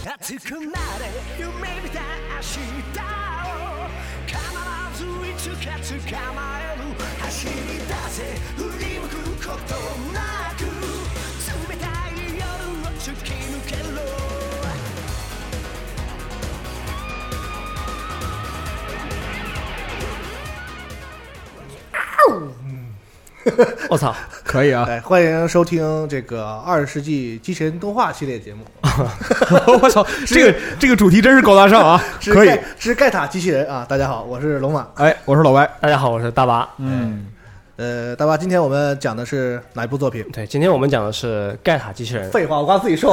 熱くなれ夢見た明日を必ずいつか捕まえる走り出せ振り向くことなく冷たい夜を突き抜けろ我操， 可以啊！ 哎，欢迎收听这个20世纪机器人动画系列节目。 我操，这个主题真是高大上啊！可以， 是盖塔机器人啊！大家好，我是龙马。 哎，我是老白。 大家好，我是大巴。 大巴，今天我们讲的是哪一部作品？ 对，今天我们讲的是盖塔机器人。 废话，我刚自己说。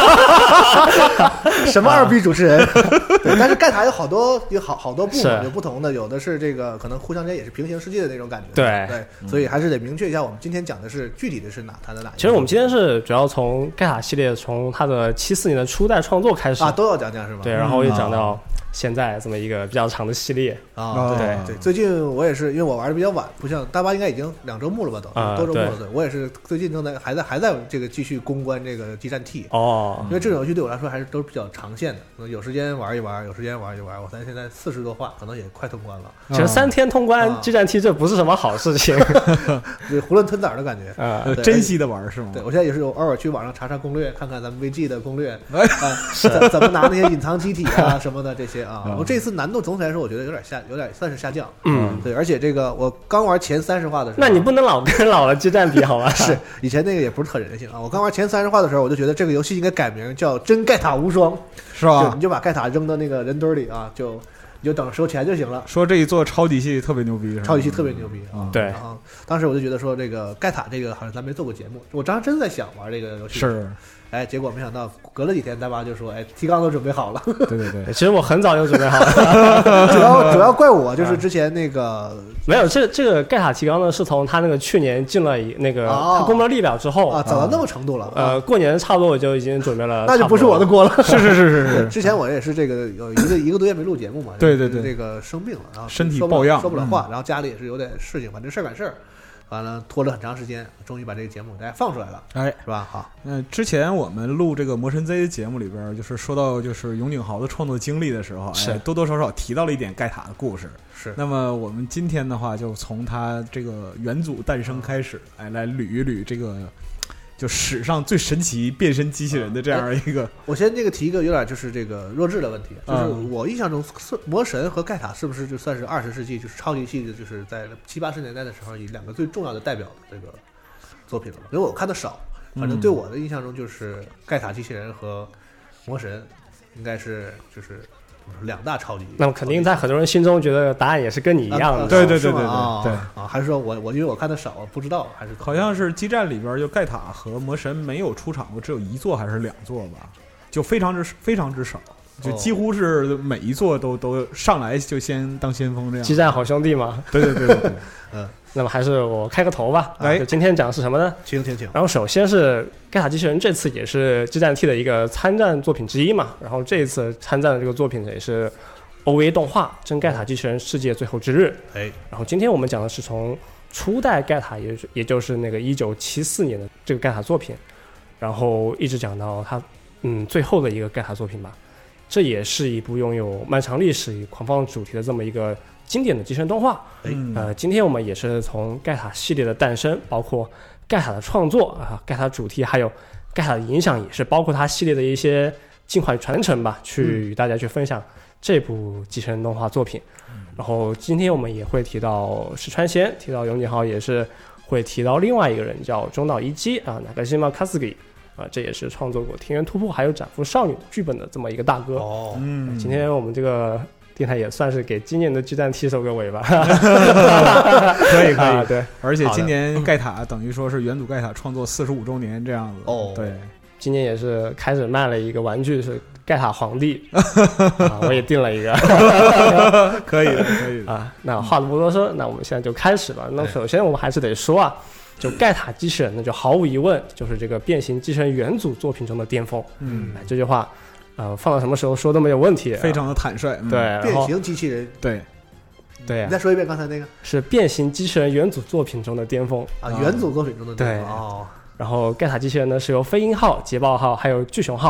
什么二逼主持人？对，但是盖塔有好多部分，有不同的，有的是这个可能互相间也是平行世界的那种感觉。对，所以还是得明确一下，我们今天讲的是具体的是它的哪一部？ 其实我们今天是主要从盖塔系列，从它的74年的初代创作开始啊，都要讲讲是吗？ 对，然后又讲到现在这么一个比较长的系列啊。对，最近我也是，因为我玩的比较晚，不像大巴应该已经2周目了吧，多周目了。对，我也是最近还在这个继续攻关这个激战 T 哦， 因为这种游戏对我来说还是都是比较长线的，有时间玩一玩，有时间玩一玩。我现在40多话，可能也快通关了。 其实3天通关激战 T 这不是什么好事情， 对，囫囵吞枣的感觉珍惜的玩是吗？ 对，我现在也是偶尔去网上查查攻略，看看咱们 VG 的攻略怎么拿那些隐藏机体啊什么的这些啊。我这次难度总体来说，我觉得有点算是下降。对，而且这个我刚玩前30话的时候， 那你不能老跟老的激战比好吗？ 是，以前那个也不是特人性啊。我刚玩前30话的时候，我就觉得这个游戏应该改名叫真盖塔无双， 是吧？ 你就把盖塔扔到那个人堆里啊，你就等收钱就行了。 说这一座超级系特别牛逼， 超级系特别牛逼啊！ 对啊，当时我就觉得说这个盖塔这个好像咱没做过节目，我当时真在想玩这个游戏。是。哎，结果没想到隔了几天，大巴就说：“哎，提纲都准备好了。” 对， 其实我很早就准备好了。 主要怪我，就是之前那个没有这个盖塔提纲呢，是从他那个去年进了那个他公布了列表之后啊，早到那么程度了。 过年差不多我就已经准备了， 那就不是我的锅了。 是。 之前我也是这个有一个多月没录节目嘛， 对， 这个生病了，然后身体抱恙， 说不了话，然后家里也是有点事情，反正事儿赶事儿。完了，拖了很长时间，终于把这个节目大家放出来了， 哎， 是吧？好， 之前我们录这个魔神 Z 的节目里边，就是说到就是永井豪的创作经历的时候，多多少少提到了一点盖塔的故事。 是， 那么我们今天的话，就从他这个元祖诞生开始，来捋一捋这个。就史上最神奇变身机器人的这样一个， 我先这个提一个有点就是这个弱智的问题，就是我印象中魔神和盖塔是不是就算是20世纪就是超级系的，就是在70、80年代的时候以2个最重要的代表的这个作品了？因为我看的少，反正对我的印象中就是盖塔机器人和魔神应该是就是2大超级。 那么肯定在很多人心中觉得答案也是跟你一样的。 对啊，还是说我因为我看的少不知道，还是好像是激战里边就盖塔和魔神没有出场过，只有1座还是2座吧，就非常之少，就几乎是每一座都上来就先当先锋这样。 激战好兄弟嘛。 对， 那么还是我开个头吧。就今天讲的是什么呢？ 请。 然后首先是盖塔机器人，这次也是激战 T 的一个参战作品之一嘛。然后这一次参战的这个作品也是 OVA 动画《真盖塔机器人世界最后之日》。然后今天我们讲的是从初代盖塔，也就是那个1974年的这个盖塔作品，然后一直讲到它最后的一个盖塔作品吧。这也是一部拥有漫长历史与狂放主题的这么一个经典的机器人动画。今天我们也是从盖塔系列的诞生，包括盖塔的创作啊，盖塔主题，还有盖塔的影响，也是包括它系列的一些进化与传承吧，去与大家去分享这部机器人动画作品。然后今天我们也会提到石川贤，提到永井豪，也是会提到另外一个人叫中岛一基啊，Nakajima Katsugi。这也是创作过《田园突破》还有《斩服少女》剧本的这么一个大哥。今天我们这个电台也算是给今年的激战 T 收个尾吧。 可以对， 而且今年盖塔等于说是元祖盖塔创作45周年这样子。对， 今年也是开始卖了一个玩具是盖塔皇帝我也订了一个。 可以啊。那话不多说，那我们现在就开始吧。那首先我们还是得说啊，就盖塔机器人呢，就毫无疑问就是这个变形机器人元祖作品中的巅峰。这句话放到什么时候说都没有问题， 非常的坦率。 对， 变形机器人， 对， 你再说一遍刚才那个是变形机器人元祖作品中的巅峰啊，元祖作品中的巅峰。 然后盖塔机器人呢是由飞鹰号、捷豹号还有巨熊号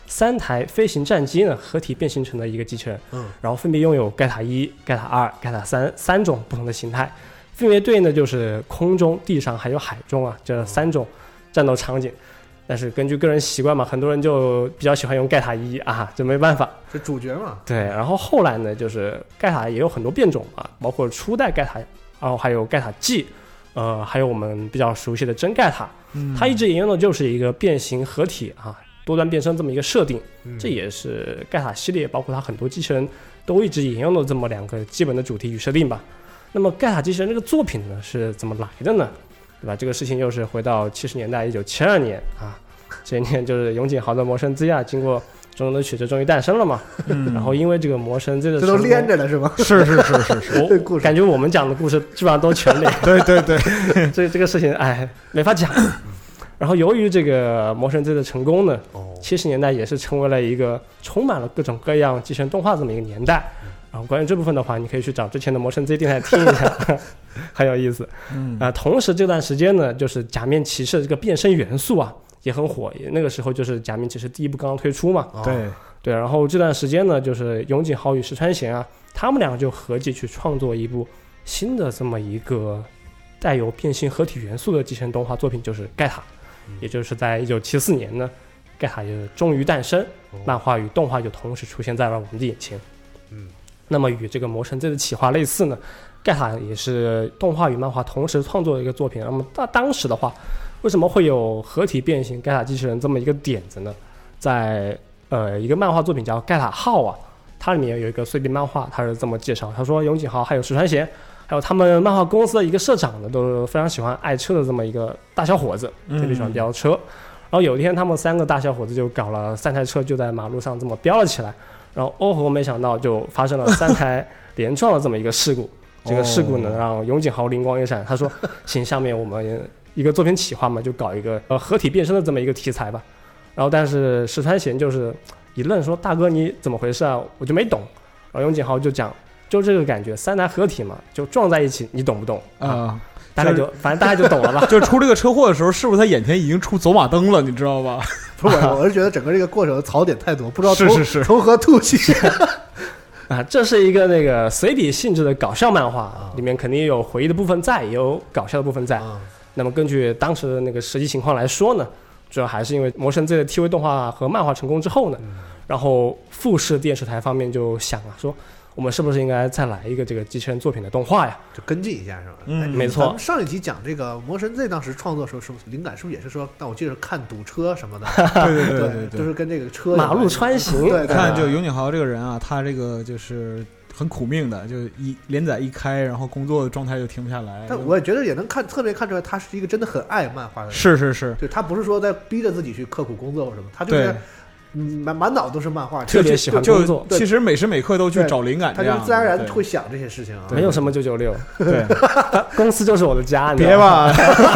3台飞行战机呢合体变形成的一个机器人，然后分别拥有盖塔1、盖塔2、盖塔3种不同的形态，分别对应的就是空中、地上还有海中啊这3种战斗场景。但是根据个人习惯嘛，很多人就比较喜欢用盖塔1啊，这没办法， 这主角嘛。 对，然后后来呢，就是盖塔也有很多变种啊，包括初代盖塔，然后还有盖塔 G， 还有我们比较熟悉的真盖塔，它一直沿用的就是一个变形合体啊，多端变身这么一个设定，这也是盖塔系列包括它很多机器人都一直沿用的这么2个基本的主题与设定吧。那么盖塔机器人这个作品呢是怎么来的呢？对吧？这个事情又是回到70年代，1972年啊，这一年就是永井豪的《魔神 Z》啊，经过种种的曲折，终于诞生了嘛。然后因为这个《魔神 Z》的这都连着了是吗？ 是， 我感觉我们讲的故事基本上都全连。 对， 这个事情哎没法讲。然后由于这个《魔神 Z》的成功呢，70年代也是成为了一个充满了各种各样机器人动画这么一个年代。然后关于这部分的话，你可以去找之前的《魔神 Z》电台听一下，很有意思。同时这段时间呢，就是假面骑士这个变身元素啊也很火，那个时候就是假面骑士第1部刚刚推出嘛。对，然后这段时间呢，就是永井豪与石川贤啊，他们2个就合计去创作一部新的这么一个带有变形合体元素的机器人动画作品，就是盖塔。也就是在1974年呢，盖塔也终于诞生，漫画与动画就同时出现在了我们的眼前。那么与这个魔神 Z 的企划类似呢，盖塔也是动画与漫画同时创作的一个作品。那么当时的话，为什么会有合体变形盖塔机器人这么一个点子呢？在一个漫画作品叫盖塔号啊，它里面有一个碎片漫画，它是这么介绍，他说永井豪还有石川贤还有他们漫画公司的一个社长呢，都非常喜欢爱车的这么一个大小伙子，特别喜欢飙车。然后有一天他们3个大小伙子就搞了3台车，就在马路上这么飙了起来，然后没想到就发生了3台连撞的这么一个事故。这个事故呢让永井豪灵光一闪，他说行，下面我们一个作品企划嘛，就搞一个合体变身的这么一个题材吧。然后但是石川贤就是一愣说，大哥你怎么回事啊，我就没懂。然后永井豪就讲，就这个感觉，3台合体嘛，就撞在一起，你懂不懂啊？大概就反正大概就懂了吧。 就出这个车祸的时候，是不是他眼前已经出走马灯了？你知道吧？ 不是，我是觉得整个这个过程的槽点太多，不知道从何吐起。 啊，这是一个那个随笔性质的搞笑漫画，里面肯定有回忆的部分在，也有搞笑的部分在。那么根据当时的那个实际情况来说呢，主要还是因为《魔神 Z》的 TV 动画和漫画成功之后呢，然后富士电视台方面就想啊，说我们是不是应该再来一个这个机器人作品的动画呀？ 就跟进一下是吧？ 没错。 咱们上一集讲这个《魔神 Z》当时创作的时候，是不是灵感是不是也是说？但我记得是看堵车什么的。对，就是跟这个车马路穿行。 对， 看就永井豪这个人啊，他这个就是很苦命的，就连载一开，然后工作的状态就停不下来。 但我也觉得也能特别看出来，他是一个真的很爱漫画的人。 是， 对，他不是说在逼着自己去刻苦工作或什么，他就是满脑都是漫画， 特别喜欢工作。 其实每时每刻都去找灵感， 他就自然而然会想这些事情啊。 没有什么996， 对， 公司就是我的家。 别吧，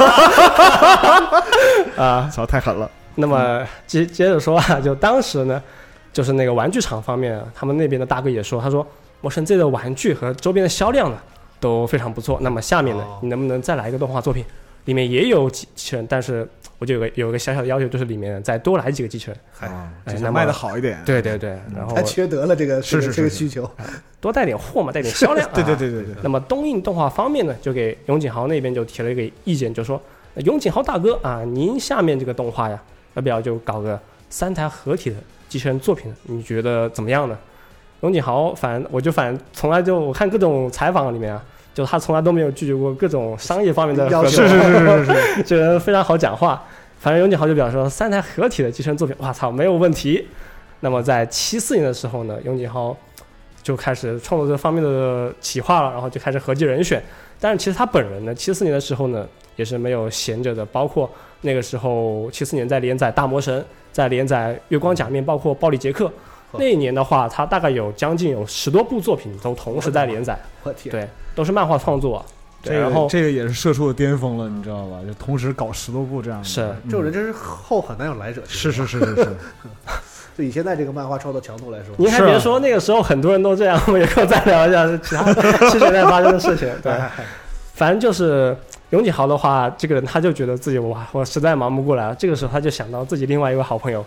啊， 操，太狠了。 那么接着说啊，就当时呢，就是那个玩具厂方面，他们那边的大哥也说，他说魔神 Z 的玩具和周边的销量呢都非常不错。那么下面呢，你能不能再来一个动画作品？里面也有机器人，但是我就有一个小小的要求，就是里面再多来几个机器人， 想卖的好一点。 对，然后还缺德了这个需求， 多带点货嘛，带点销量。 对。 那么东映动画方面呢，就给永井豪那边就提了一个意见，就说永井豪大哥啊，您下面这个动画呀，要不要就搞个3台合体的机器人作品？你觉得怎么样呢？永井豪反正从来就我看各种采访里面啊，就他从来都没有拒绝过各种商业方面的合作。是，这个人非常好讲话。反正永井豪就表示说，3台合体的机器人作品，哇操，没有问题。那么在74年的时候呢，永井豪就开始创作这方面的企划了，然后就开始合计人选。但是其实他本人呢，74年的时候呢也是没有闲着的，包括那个时候74年在连载大魔神，在连载月光假面，包括暴力杰克。那一年的话，他大概将近有10多部作品都同时在连载。 我天， 对，都是漫画创作。对，然后这个也是社畜的巅峰了，你知道吧？就同时搞10多部这样的。 是， 这种人真是后很难有来者。 是。 就以现在这个漫画创作强度来说， 您还别说，那个时候很多人都这样。我们也可以再聊一下其他70年代发生的事情。对，反正就是永井豪的话，这个人他就觉得自己我实在忙不过来了。这个时候他就想到自己另外一位好朋友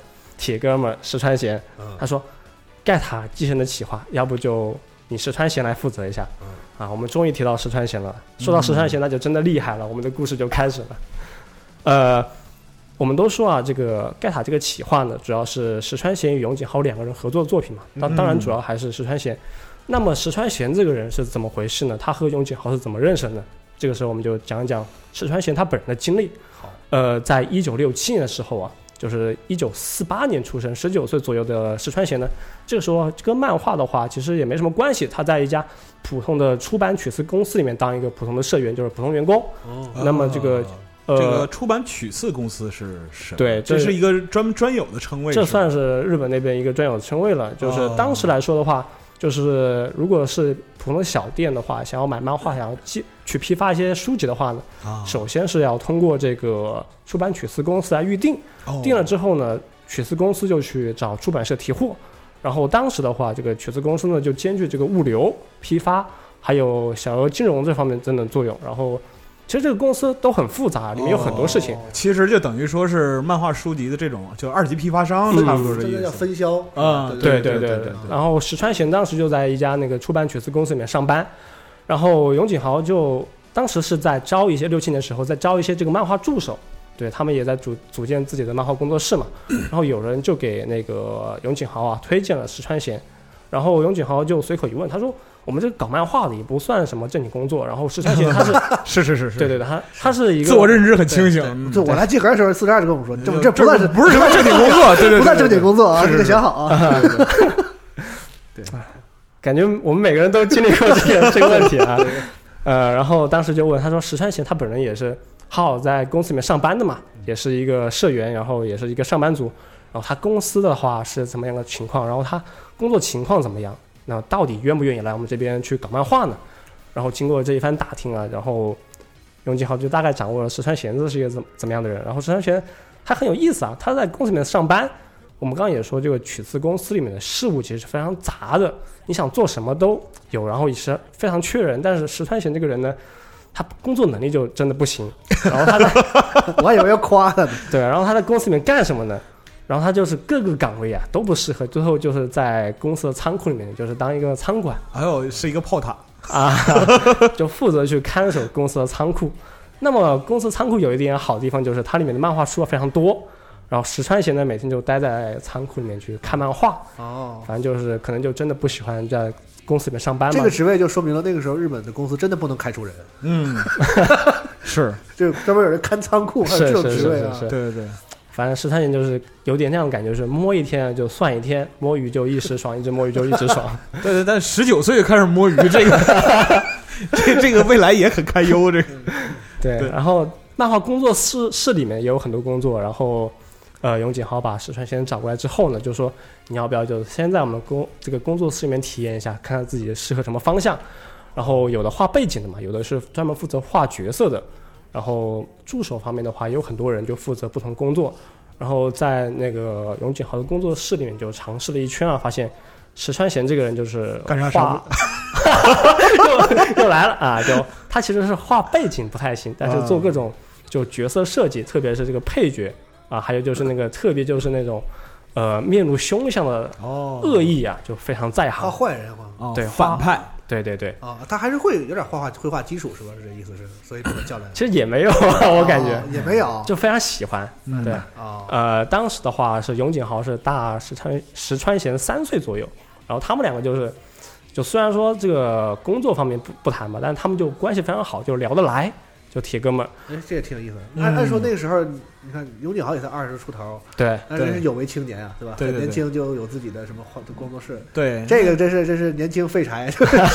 铁哥们石川贤，他说盖塔继承的企划，要不就你石川贤来负责一下。啊，我们终于提到石川贤了。说到石川贤，那就真的厉害了，我们的故事就开始了。我们都说啊，这个盖塔这个企划呢，主要是石川贤与永井豪两个人合作的作品嘛。当然主要还是石川贤。那么石川贤这个人是怎么回事呢？他和永井豪是怎么认识的呢？这个时候我们就讲一讲石川贤他本人的经历。在1967年的时候啊，就是1948年出生，19岁左右的石川贤呢，这个时候跟漫画的话其实也没什么关系，他在一家普通的出版曲次公司里面当一个普通的社员，就是普通员工。那么这个出版曲次公司是什么？ 对， 这是一个专有的称谓， 这算是日本那边一个专有的称谓了。就是当时来说的话，就是如果是普通的小店的话，想要买漫画，想要去批发一些书籍的话呢，首先是要通过这个出版曲次公司来预定，定了之后呢，曲次公司就去找出版社提货，然后当时的话，这个曲次公司呢就兼具这个物流、批发还有小额金融这方面等等作用，然后其实这个公司都很复杂，里面有很多事情。 其实就等于说是漫画书籍的这种就2级批发商，差不多这意思。 叫分销啊， 对。然后石川贤当时就在一家那个出版曲次公司里面上班，然后永井豪就当时是在招一些67年的时候，在招一些这个漫画助手，对他们也在组建自己的漫画工作室嘛。然后有人就给那个永井豪啊推荐了石川贤，然后永井豪就随口一问，他说：“我们这个搞漫画的也不算什么正经工作。”然后石川贤他是是， 对，他是一个自我认知很清醒。 就我来集合的时候，42就跟我们说，这不算是不是什么正经工作，对， 不算正经工作啊，这个想好啊。 对，感觉我们每个人都经历过这个问题啊。然后当时就问他说，石川贤他本人也是好在公司里面上班的嘛，也是一个社员，然后也是一个上班族。然后他公司的话是怎么样的情况？然后他工作情况怎么样？那到底愿不愿意来我们这边去搞漫画呢？然后经过这一番打听啊，然后永井豪就大概掌握了石川贤是一个怎么样的人。然后石川贤他很有意思啊，他在公司里面上班。我们刚刚也说，这个曲次公司里面的事务其实是非常杂的，你想做什么都有，然后也是非常缺人。但是石川贤这个人呢，他工作能力就真的不行。然后他我还以为要夸他呢。 对，然后他在公司里面干什么呢？然后他就是各个岗位啊都不适合，最后就是在公司的仓库里面就是当一个仓管， 还有是一个炮塔啊，就负责去看守公司的仓库。那么公司仓库有一点好的地方就是它里面的漫画书非常多，然后石川贤呢每天就待在仓库里面去看漫画。反正就是可能就真的不喜欢在公司里面上班嘛。 这个职位就说明了那个时候日本的公司真的不能开除人。 是， 就专门有人看仓库，还有这种职位啊。 对。 反正石川贤就是有点那样的感觉，就是摸一天就算一天，摸鱼就一时爽，一直摸鱼就一直爽。 对，但19岁就开始摸鱼，这个未来也很堪忧。这个对，然后漫画工作室里面也有很多工作，然后永井豪把石川贤找过来之后呢，就说你要不要就先在我们这个工作室里面体验一下，看看自己适合什么方向。然后有的画背景的嘛，有的是专门负责画角色的。然后助手方面的话，也有很多人就负责不同工作。然后在那个永井豪的工作室里面就尝试了一圈啊，发现石川贤这个人就是干啥画又来了啊！就他其实是画背景不太行，但是做各种就角色设计，特别是这个配角啊，还有就是那个特别就是那种面露凶相的恶意啊，就非常在行。 画坏人嘛， 对， 反派。 对他还是会有点绘画基础是吧？是这意思是，所以这么叫来。 其实也没有，我感觉也没有， 就非常喜欢。对当时的话是永井豪是大石川贤3岁左右，然后他们两个就虽然说这个工作方面不谈吧，但是他们就关系非常好，就聊得来，就铁哥们。 这也挺有意思的。按说那个时候，你看永井豪也才20出头， 对， 但是有为青年啊，对吧？ 对， 年轻就有自己的什么工作室。 对， 这个真是年轻废柴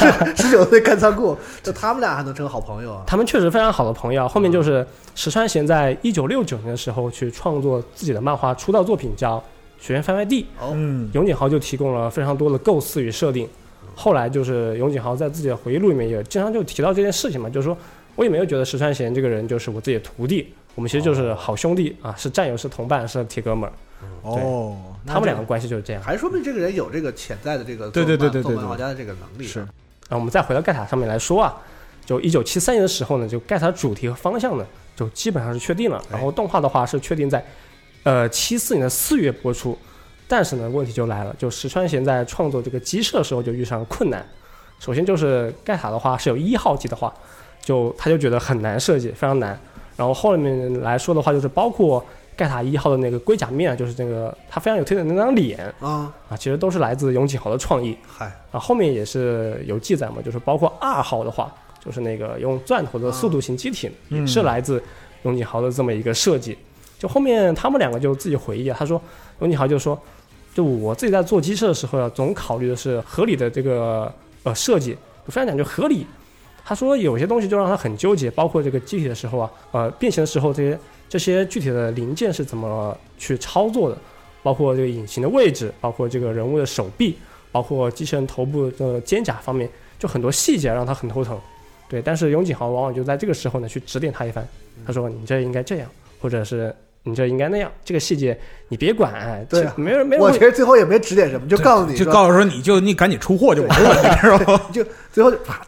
，19岁看仓库，就他们俩还能成好朋友啊？ 他们确实非常好的朋友。后面就是石川贤在1969年的时候去创作自己的漫画出道作品，叫《学院番外地》。永井豪就提供了非常多的构思与设定。后来就是永井豪在自己的回忆录里面也经常就提到这件事情嘛，就是说我也没有觉得石川贤这个人就是我自己的徒弟，我们其实就是好兄弟啊，是战友，是同伴，是铁哥们儿。他们两个关系就是这样， 还说明这个人有这个潜在的这个做漫画家的这个能力。 是。然后我们再回到盖塔上面来说啊，就1973年的时候呢，就盖塔主题和方向呢就基本上是确定了，然后动画的话是确定在74年的4月播出。 但是呢，问题就来了，就石川贤在创作这个机设的时候就遇上困难。首先就是盖塔的话是有1号机的话，他就觉得很难设计，非常难。然后后面来说的话，就是包括盖塔1号的那个龟甲面，就是那个他非常有特点的那张脸其实都是来自永井豪的创意。后面也是有记载嘛，就是包括2号的话，就是那个用钻头的速度型机体，也是来自永井豪的这么一个设计。就后面他们两个就自己回忆他说永井豪就说，就我自己在做机设的时候总考虑的是合理的这个设计，非常讲究合理。他说有些东西就让他很纠结，包括这个机体的时候变形的时候这些具体的零件是怎么去操作的，包括这个引擎的位置，包括这个人物的手臂，包括机器人头部的肩甲方面，就很多细节让他很头疼。对，但是永井豪往往就在这个时候呢去指点他一番，他说你这应该这样，或者是你这应该那样，这个细节你别管。 对啊， 没人我其实最后也没指点什么，就告诉你， 就告诉说你赶紧出货就完了，你知道吗？ 就最后就唰，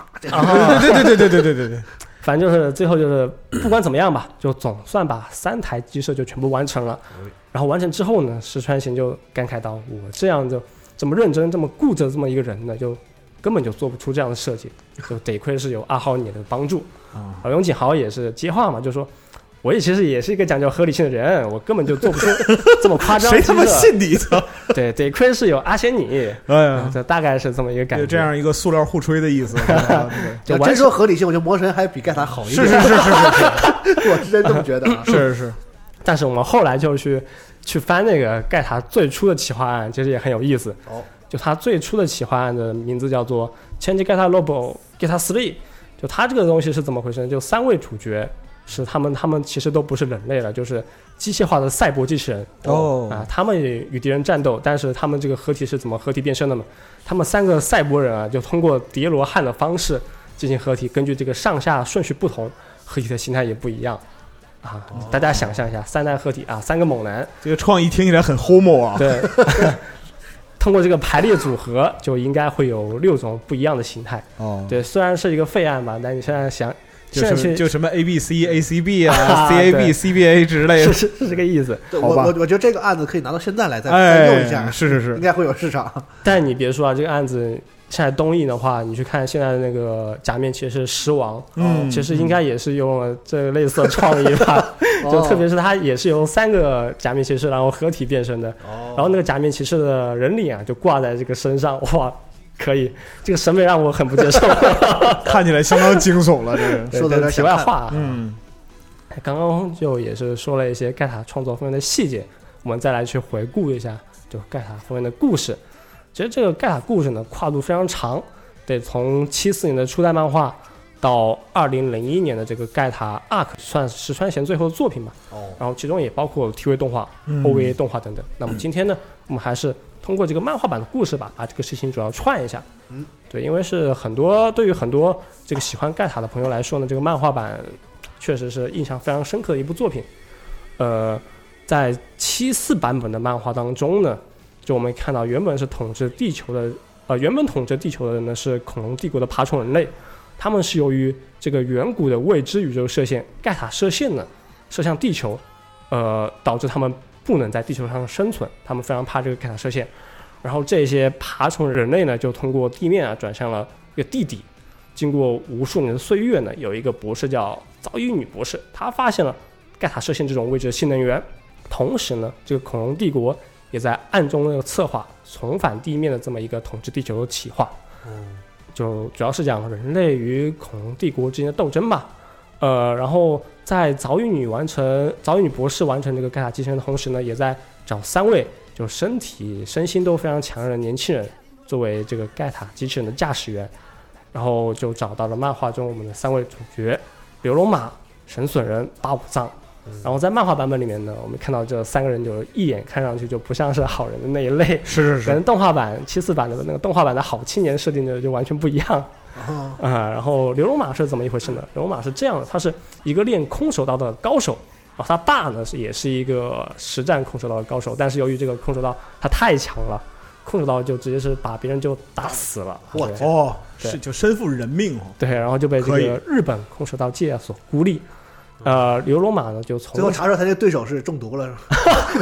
对， 反正就是最后就是不管怎么样吧，就总算把3台机设就全部完成了。然后完成之后呢，石川贤就感慨到，我这样就这么认真这么固执这么一个人呢，就根本就做不出这样的设计，就得亏是有2号你的帮助。永井豪也是接话嘛，就说我也其实也是一个讲究合理性的人，我根本就做不出这么夸张。 谁他妈信你的？ 对，得亏是有阿仙你，这大概是这么一个感觉， 这样一个塑料互吹的意思。 就真说合理性，我觉得魔神还比盖塔好一点。 是， 我是真这么觉得。 是。 但是我们后来就去翻那个盖塔最初的企划案，其实也很有意思。就他最初的企划案的名字叫做 Change Geta Robo Geta 3。就他这个东西是怎么回事呢？就3位主角是他们其实都不是人类了，就是机械化的赛博机器人。他们也与敌人战斗，但是他们这个合体是怎么合体变身的呢？他们3个赛博人就通过叠罗汉的方式进行合体，根据这个上下顺序不同，合体的形态也不一样。大家想象一下，3代合体3个猛男， 这个创意听起来很 homo 啊。 对。通过这个排列组合，就应该会有6种不一样的形态。对，虽然是一个废案吧，但你现在想， 就什么 ABC、ACB CAB、CBA 之类的， 是这个意思。 我觉得这个案子可以拿到现在来再用一下， 是， 应该会有市场。 但你别说这个案子现在东映的话，你去看现在的那个假面骑士狮王，其实应该也是用了这类似的创意吧。就特别是它也是由3个假面骑士然后合体变身的，然后那个假面骑士的人脸就挂在这个身上，哇，可以，这个审美让我很不接受。 看起来相当惊悚了，这个说的题外话。刚刚就也是说了一些盖塔创作方面的细节，我们再来去回顾一下就盖塔方面的故事。其实这个盖塔故事呢跨度非常长，得从74年的初代漫画到2001年的这个盖塔 ARC， 算石川贤最后的作品吧。然后其中也包括 TV 动画、OVA 动画等等。那么今天呢，我们还是通过这个漫画版的故事吧，把这个事情主要串一下。对，因为是对于很多这个喜欢盖塔的朋友来说呢，这个漫画版确实是印象非常深刻的一部作品。在74版本的漫画当中呢，就我们看到原本统治地球的呢是恐龙帝国的爬虫人类，他们是由于这个远古的未知宇宙射线盖塔射线呢射向地球，导致他们不能在地球上生存，他们非常怕这个盖塔射线。然后这些爬虫人类呢就通过地面转向了一个地底，经过无数年的岁月呢，有一个博士叫早乙女博士，他发现了盖塔射线这种未知的新能源，同时呢这个恐龙帝国也在暗中策划重返地面的这么一个统治地球的企划。就主要是讲人类与恐龙帝国之间的斗争吧。然后在早乙女博士完成这个盖塔机器人的同时呢，也在找3位就身体身心都非常强韧的年轻人作为这个盖塔机器人的驾驶员，然后就找到了漫画中我们的3位主角流龙马、神隼人、八武藏。然后在漫画版本里面呢，我们看到这3个人就一眼看上去就不像是好人的那一类， 是跟动画版74版的那个动画版的好青年设定的就完全不一样。然后流龙马是怎么一回事呢？流龙马是这样的，他是一个练空手道的高手，他爸呢也是一个实战空手道的高手，但是由于这个空手道他太强了，空手道就直接是把别人就打死了。 是就身负人命。 对，然后就被这个日本空手道界所孤立。流龙马呢就从最后查出他这对手是中毒了，是吧？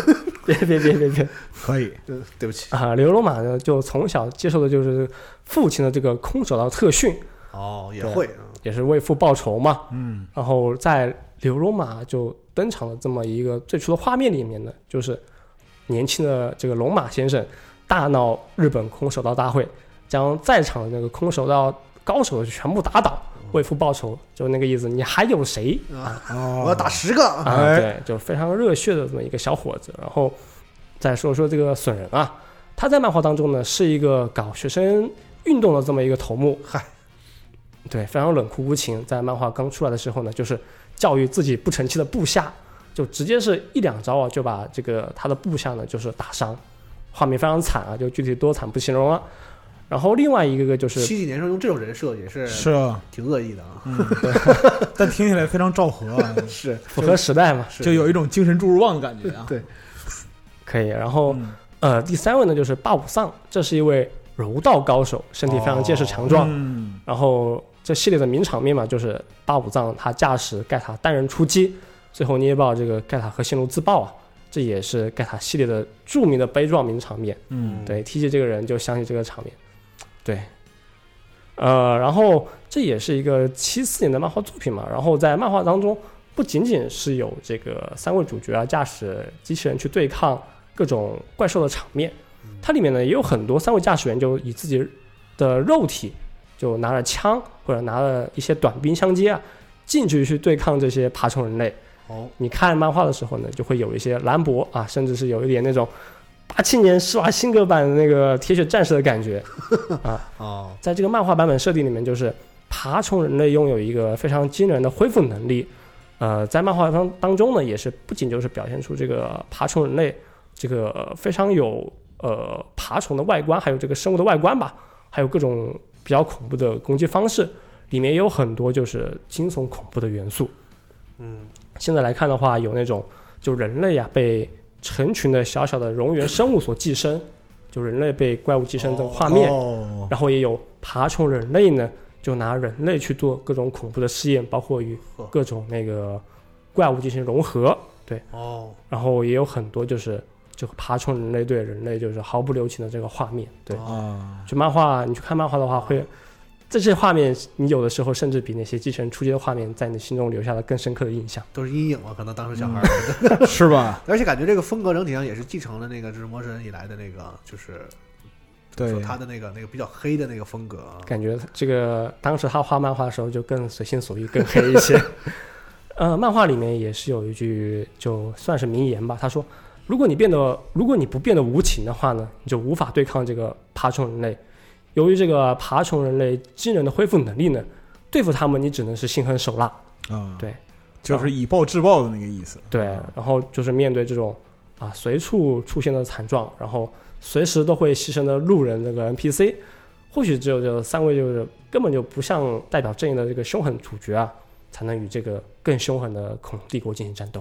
别， 可以， 对不起啊，刘罗马呢就从小接受的就是父亲的这个空手道特训， 也会， 也是为父报仇嘛。 嗯， 然后在刘罗马就登场了这么一个最初的画面里面呢，就是年轻的这个龙马先生大闹日本空手道大会，将在场的那个空手道高手全部打倒，为父报仇，就那个意思。你还有谁我要打10个啊？对，就非常热血的这么一个小伙子。然后再说说这个损人啊，他在漫画当中呢是一个搞学生运动的这么一个头目，对，非常冷酷无情。在漫画刚出来的时候呢，就是教育自己不成器的部下，就直接是1-2招啊，就把这个他的部下呢就是打伤，画面非常惨啊，就具体多惨不形容了。然后另外一个就是 70几年时候用这种人设也是挺恶意的啊， 但听起来非常昭和啊， 是符合时代嘛， 就有一种精神注入旺的感觉啊。 对， 可以。然后第3位呢就是霸武丧，这是一位柔道高手，身体非常结实强壮。然后这系列的名场面嘛，就是霸武藏他驾驶盖塔单人出击，最后捏爆这个盖塔和线路自爆啊，这也是盖塔系列的著名的悲壮名场面。对，提起这个人就想起这个场面。对，然后这也是一个74年的漫画作品嘛，然后在漫画当中不仅仅是有这个3位主角啊驾驶机器人去对抗各种怪兽的场面，它里面呢也有很多3位驾驶员就以自己的肉体就拿着枪或者拿了一些短兵相接啊进去对抗这些爬虫人类。你看漫画的时候呢就会有一些兰博啊，甚至是有一点那种87年施瓦辛格版的那个铁血战士的感觉啊。在这个漫画版本设定里面，就是爬虫人类拥有一个非常惊人的恢复能力。在漫画当中呢，也是不仅就是表现出这个爬虫人类这个非常有爬虫的外观，还有这个生物的外观吧，还有各种比较恐怖的攻击方式，里面也有很多就是惊悚恐怖的元素。现在来看的话，有那种就人类啊被成群的小小的蝾螈生物所寄生，就人类被怪物寄生这个画面。然后也有爬虫人类呢，就拿人类去做各种恐怖的试验，包括与各种那个怪物进行融合。对，然后也有很多就是就爬虫人类对人类就是毫不留情的这个画面。对，就漫画你去看漫画的话会。这些画面你有的时候甚至比那些机器人出击的画面在你心中留下了更深刻的印象， 都是阴影嘛，可能当时小孩是吧？ 而且感觉这个风格整体上也是继承了那个就是魔神以来的那个就是对说他的那个比较黑的那个风格， 感觉这个当时他画漫画的时候就更随心所欲更黑一些漫画里面也是有一句就算是名言吧，他说如果你不变得无情的话呢，你就无法对抗这个爬虫人类。由于这个爬虫人类惊人的恢复能力呢，对付他们你只能是心狠手辣对， 就是以暴制暴的那个意思。 对，然后就是面对这种随处出现的惨状，然后随时都会牺牲的路人这个 NPC， 或许只有这3位就是根本就不像代表正义的这个凶狠主角啊，才能与这个更凶狠的恐龙帝国进行战斗。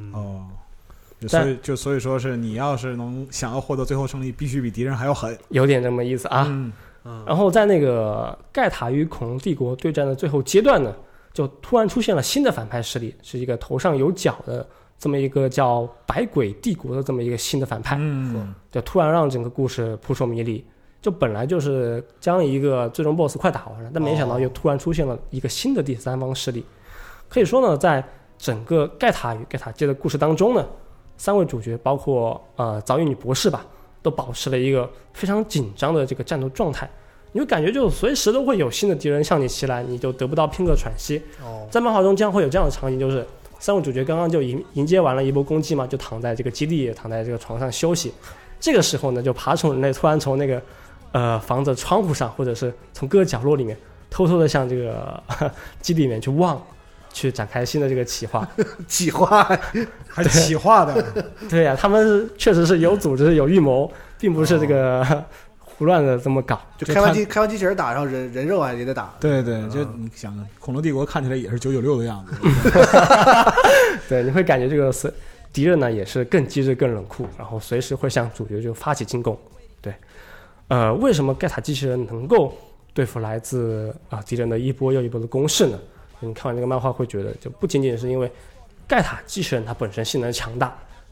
所以说是你要是想要获得最后胜利，必须比敌人还要狠， 有点这么意思啊。然后在那个盖塔与恐龙帝国对战的最后阶段呢，就突然出现了新的反派势力，是一个头上有角的这么一个叫百鬼帝国的这么一个新的反派。就突然让整个故事扑朔迷离。就本来就是将一个最终 BOSS 快打完了，但没想到又突然出现了一个新的第三方势力。可以说呢，在整个盖塔与盖塔界的故事当中呢，3位主角包括早乙女博士吧，都保持了一个非常紧张的这个战斗状态，你就感觉就随时都会有新的敌人向你袭来，你就得不到片刻喘息。在漫画中将会有这样的场景，就是3位主角刚刚就迎接完了一波攻击嘛，就躺在这个基地，躺在这个床上休息。这个时候呢，就爬虫人类突然从那个房子窗户上，或者是从各个角落里面偷偷的向这个基地里面去望，去展开新的这个企划。 企划还企划的对呀，他们确实是有组织有预谋，并不是这个胡乱的这么搞。 就开完机器人打上人肉也得打。 对对，就你想恐龙帝国看起来也是996的样子。 对，你会感觉这个敌人呢也是更机智更冷酷，然后随时会向主角就发起进攻。对，为什么盖塔机器人能够对付来自敌人的一波又一波的攻势呢？你看完这个漫画会觉得，就不仅仅是因为盖塔机器人它本身性能强大，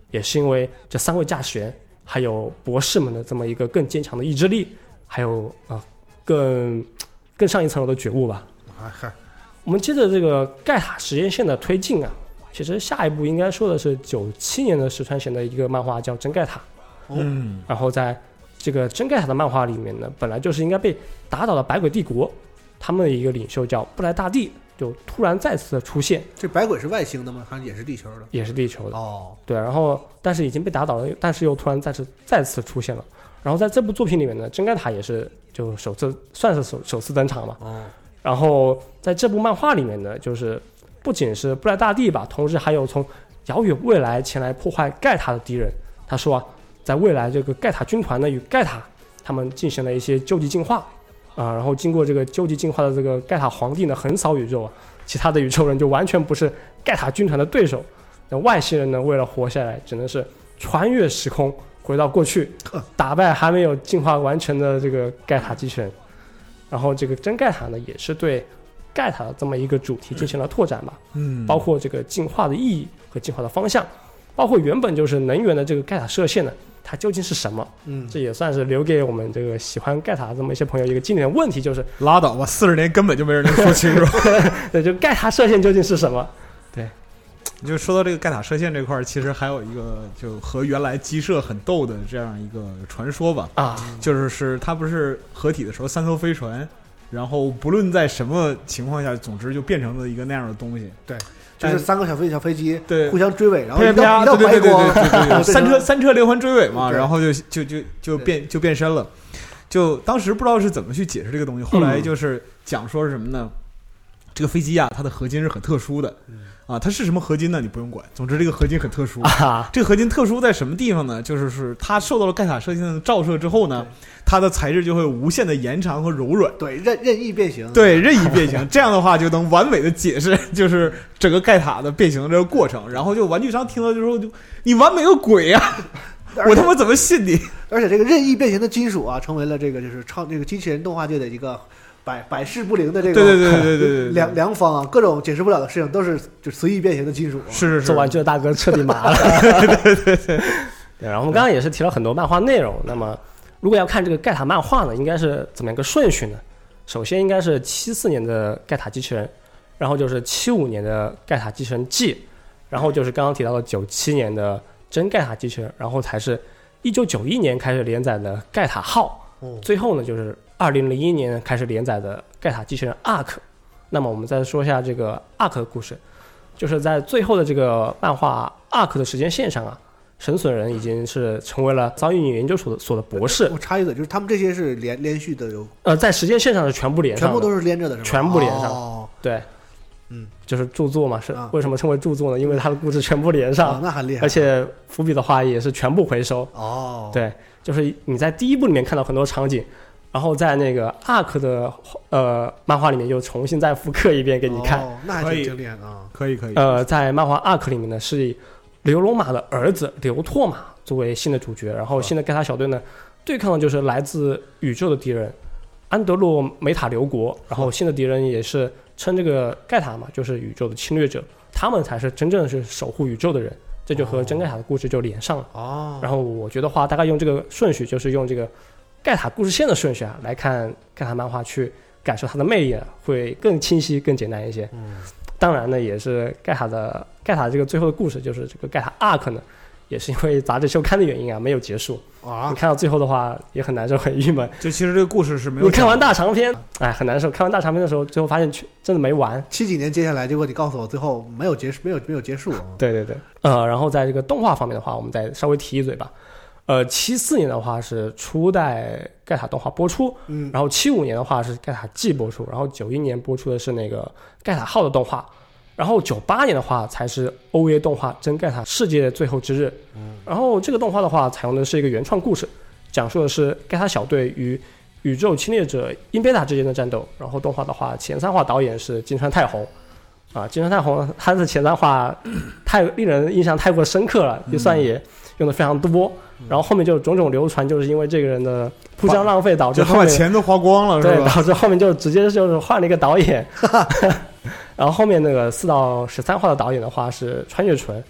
也是因为这3位驾驶员还有博士们的这么一个更坚强的意志力，还有更上一层楼的觉悟吧。我们接着这个盖塔时间线的推进啊，其实下一步应该说的是97年的石川贤的一个漫画叫真盖塔。然后在这个真盖塔的漫画里面呢，本来就是应该被打倒的百鬼帝国，他们的一个领袖叫布莱大帝，就突然再次的出现。 这百鬼是外星的吗？还是也是地球的？ 也是地球的。 哦， 对，然后但是已经被打倒了，但是又突然再次出现了。然后在这部作品里面呢，真盖塔也是就首次登场嘛。然后在这部漫画里面呢，就是不仅是布莱大帝吧，同时还有从遥远未来前来破坏盖塔的敌人。他说啊，在未来这个盖塔军团呢与盖塔他们进行了一些究极进化然后经过这个究极进化的这个盖塔皇帝呢横扫宇宙其他的宇宙人就完全不是盖塔军团的对手。那外星人呢为了活下来，只能是穿越时空回到过去，打败还没有进化完成的这个盖塔机器人。然后这个真盖塔呢也是对盖塔的这么一个主题进行了拓展吧，包括这个进化的意义和进化的方向，包括原本就是能源的这个盖塔射线呢，它究竟是什么？这也算是留给我们这个喜欢盖塔这么一些朋友一个经典的问题，就是拉倒吧，40年根本就没人能说清楚。 对，就盖塔射线究竟是什么？对， 就说到这个盖塔射线这块，其实还有一个就和原来鸡舍很逗的这样一个传说吧。就是它不是合体的时候3艘飞船，然后不论在什么情况下，总之就变成了一个那样的东西。 对。就是3个小飞机对互相追尾，然后一道白光， 三车连环追尾嘛，然后就变身了。就当时不知道是怎么去解释这个东西，后来就是讲说是什么呢？这个飞机它的合金是很特殊的。它是什么合金呢？你不用管。总之，这个合金很特殊。这个合金特殊在什么地方呢？就是它受到了盖塔射线的照射之后呢，它的材质就会无限的延长和柔软。 对，任意变形。 对，任意变形。这样的话就能完美的解释就是整个盖塔的变形的这个过程。然后就玩具商听到就说：“你完美个鬼啊！我他妈怎么信你？” 而且这个任意变形的金属成为了这个就是这个机器人动画界的一个。百试不灵的这个对良方各种解释不了的事情都是就随意变形的金属是做玩具的大哥彻底麻了。对，然后我们刚刚也是提了很多漫画内容。那么如果要看这个盖塔漫画呢，应该是怎么样一个顺序呢？首先应该是74年的盖塔机器人，然后就是75年的盖塔机器人 G， 然后就是刚刚提到的97年的真盖塔机器人，然后才是1991年开始连载的盖塔号，最后呢就是2001年开始连载的盖塔机器人 ARK。 那么我们再说一下这个 ARK 的故事，就是在最后的这个漫画 ARK 的时间线上神隼人已经是成为了遭遇研究所的博士。 我插一嘴，就是他们这些是连续的有在时间线上是全部连上的， 全部都是连着的是吗？ 全部连上对，就是著作嘛，是为什么称为著作呢？因为它的故事全部连上那很厉害。 而且伏笔的话也是全部回收对，就是你在第一部里面看到很多场景，然后在那个 ARK 的漫画里面又重新再复刻一遍给你看。 那还挺厉害可以在漫画 ARK 里面呢，是以刘龙马的儿子刘拓马作为新的主角，然后新的盖塔小队呢对抗的就是来自宇宙的敌人安德洛梅塔流国，然后新的敌人也是称这个盖塔嘛，就是宇宙的侵略者，他们才是真正是守护宇宙的人。这就和真盖塔的故事就连上了然后我觉得话大概用这个顺序，就是用这个盖塔故事线的顺序来看盖塔漫画，去感受它的魅力会更清晰更简单一些。当然呢也是盖塔这个最后的故事，就是这个盖塔 ARK 呢也是因为杂志周刊的原因没有结束你看到最后的话也很难受很郁闷。 就其实这个故事是没有， 你看完大长篇很难受，看完大长篇的时候最后发现真的没完 ，7几年接下来结果你告诉我最后没有结束对然后在这个动画方面的话我们再稍微提一嘴吧。74年的话是初代盖塔动画播出然后75年的话是盖塔 G 播出，然后91年播出的是那个盖塔号的动画，然后98年的话才是 OVA 动画真盖塔世界的最后之日然后这个动画的话采用的是一个原创故事，讲述的是盖塔小队与宇宙侵略者英贝塔之间的战斗。然后动画的话前3话导演是金川太宏金川太宏他的前3话太令人印象太过深刻了，预算也用的非常多然后后面就种种流传，就是因为这个人的铺张浪费导致后面把钱都花光了， 对，导致后面就直接就是换了一个导演然后后面那个4到13话的导演的话是川越纯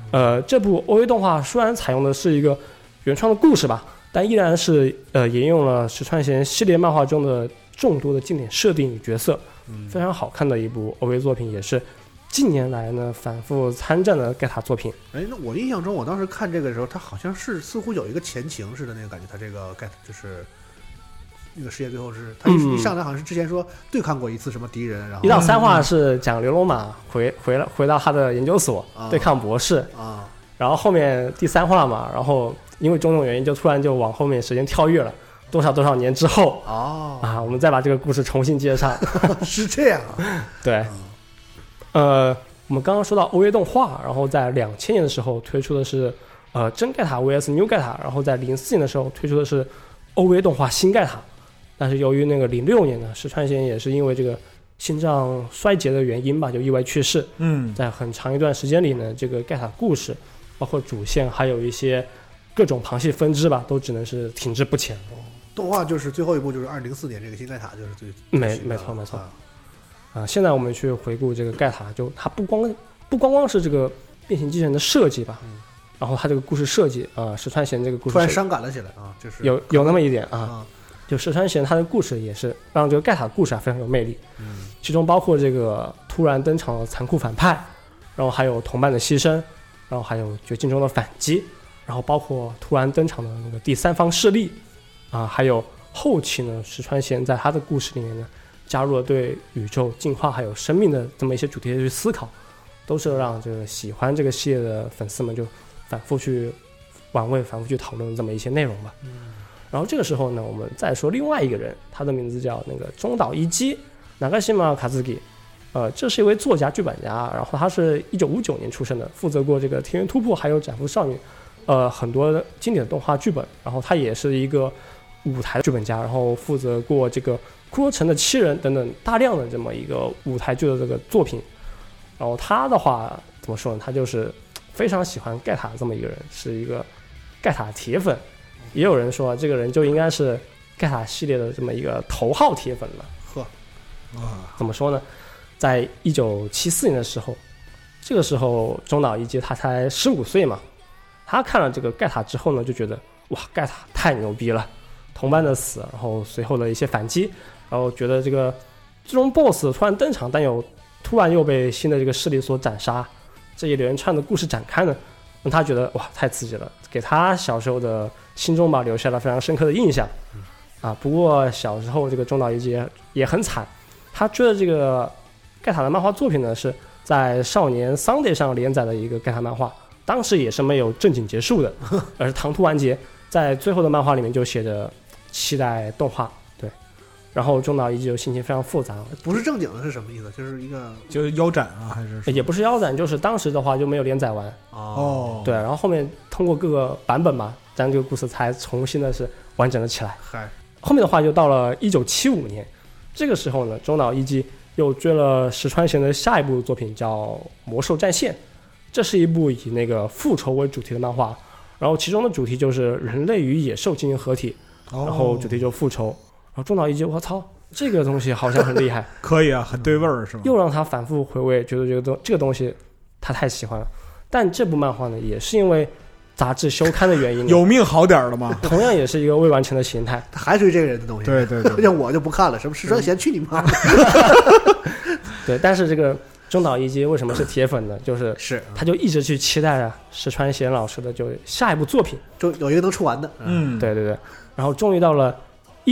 这部 OVA 动画虽然采用的是一个原创的故事吧，但依然是沿用了石川贤系列漫画中的众多的经典设定与角色，非常好看的一部 OVA 作品，也是近年来呢反复参战的盖塔作品。 哎，那我印象中，我当时看这个的时候，他好像是似乎有一个前情似的那个感觉，他这个盖塔就是那个世界最后是他一上来好像是之前说对抗过一次什么敌人，然后 1到3话是讲刘龙马回到他的研究所对抗博士啊， 然后后面第3话嘛，然后因为种种原因就突然就往后面时间跳跃了多少年之后我们再把这个故事重新接上是这样对，我们刚刚说到 OVA 动画，然后在2000年的时候推出的是真盖塔 vs New 盖塔，然后在04年的时候推出的是 OVA 动画新盖塔。但是由于那个06年呢，石川贤也是因为这个心脏衰竭的原因吧，就意外去世。在很长一段时间里呢，这个盖塔故事，包括主线，还有一些各种旁系分支吧，都只能是停滞不前。 动画就是最后一部，就是2004年这个新盖塔，就是最没错。现在我们去回顾这个盖塔，就它不光是这个变形机器人的设计吧，然后它这个故事设计石川贤这个故事突然伤感了起来就是有那么一点就石川贤他的故事也是让这个盖塔故事非常有魅力，其中包括这个突然登场的残酷反派，然后还有同伴的牺牲，然后还有绝境中的反击，然后包括突然登场的那个第三方势力还有后期呢，石川贤在他的故事里面呢加入了对宇宙进化还有生命的这么一些主题去思考，都是让这个喜欢这个系列的粉丝们就反复去玩味、反复去讨论这么一些内容吧。然后这个时候呢，我们再说另外一个人，他的名字叫那个中岛一基，Nagashima Kazuki。这是一位作家、剧本家，然后他是1959年出生的，负责过这个《田园突破》还有《斩服少女》很多经典的动画剧本。然后他也是一个舞台剧本家，然后负责过这个《骷髅城的七人》等等大量的这么一个舞台剧的这个作品。然后他的话怎么说呢？他就是非常喜欢盖塔这么一个人，是一个盖塔铁粉。也有人说这个人就应该是盖塔系列的这么一个头号铁粉了。怎么说呢？在1974年的时候，这个时候中岛一基他才15岁嘛，他看了这个盖塔之后呢，就觉得哇，盖塔太牛逼了，同伴的死，然后随后的一些反击，然后觉得这个最终 BOSS 突然登场，但突然又被新的这个势力所斩杀，这一连串的故事展开呢，让他觉得哇，太刺激了，给他小时候的心中吧留下了非常深刻的印象。不过小时候这个中岛一基也很惨，他追的这个盖塔的漫画作品呢，是在少年 Sunday 上连载的一个盖塔漫画，当时也是没有正经结束的，而是唐突完结，在最后的漫画里面就写着期待动画。对，然后中岛一基就心情非常复杂。 不是正经的是什么意思？就是一个就是腰斩还是也不是腰斩，就是当时的话就没有连载完。对，然后后面通过各个版本嘛，将这个故事才重新的是完整了起来。后面的话就到了1975年，这个时候呢，中岛一基又追了石川贤的下一部作品叫《魔兽战线》，这是一部以那个复仇为主题的漫画，然后其中的主题就是人类与野兽进行合体，然后主题就复仇。然后中岛一基，我操，这个东西好像很厉害， 可以啊，很对味儿是吗？ 又让他反复回味，觉得这个东西他太喜欢了。但这部漫画呢，也是因为杂志休刊的原因， 有命好点了吗？ 同样也是一个未完成的形态， 他还是这个人的东西。 对， 像我就不看了，什么石川贤去你妈！ 对，但是这个中岛一基为什么是铁粉呢？就是他就一直去期待着石川贤老师的就下一部作品， 就有一个能出完的。 对。然后终于到了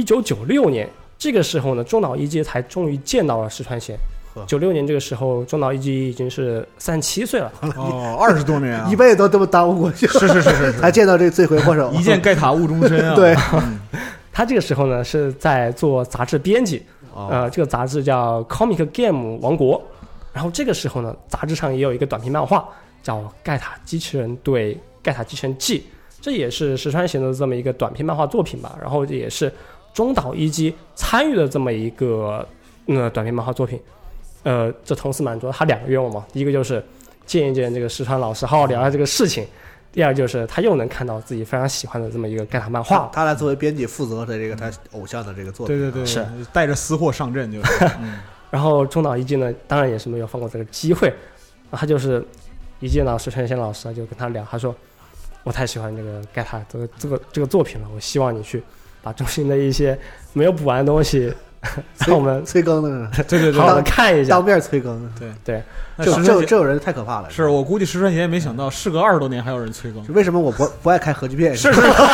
1996年，这个时候呢，中岛一基才终于见到了石川贤。96年这个时候，中岛一基已经是37岁了 ，20多年啊， 一辈子都这么耽误过去， 是， 才见到这罪魁祸首， 一见盖塔误终身啊。 对， 他这个时候呢是在做杂志编辑，这个杂志叫 Comic Game 王国，然后这个时候呢，杂志上也有一个短篇漫画叫《盖塔机器人对盖塔机器人记》，这也是石川贤的这么一个短篇漫画作品吧，然后也是中岛一基参与的这么一个短篇漫画作品。这同时满足了他2个愿望嘛，第一个就是见一见这个石川老师，好好聊聊这个事情；第二就是他又能看到自己非常喜欢的这么一个盖塔漫画。 他来作为编辑负责的这个他偶像的这个作品。 对， 是带着私货上阵就是。 然后中岛一基呢，当然也是没有放过这个机会，他就是一见到石川贤老师就跟他聊，他说我太喜欢这个盖塔这个作品了，我希望你去把中心的一些没有补完的东西让我们催更的， 对好好的看一下， 当面催更， 对， 这种人太可怕了。 是我估计石川贤也没想到，事隔20多年还有人催更。 为什么我不爱开核聚变？ 是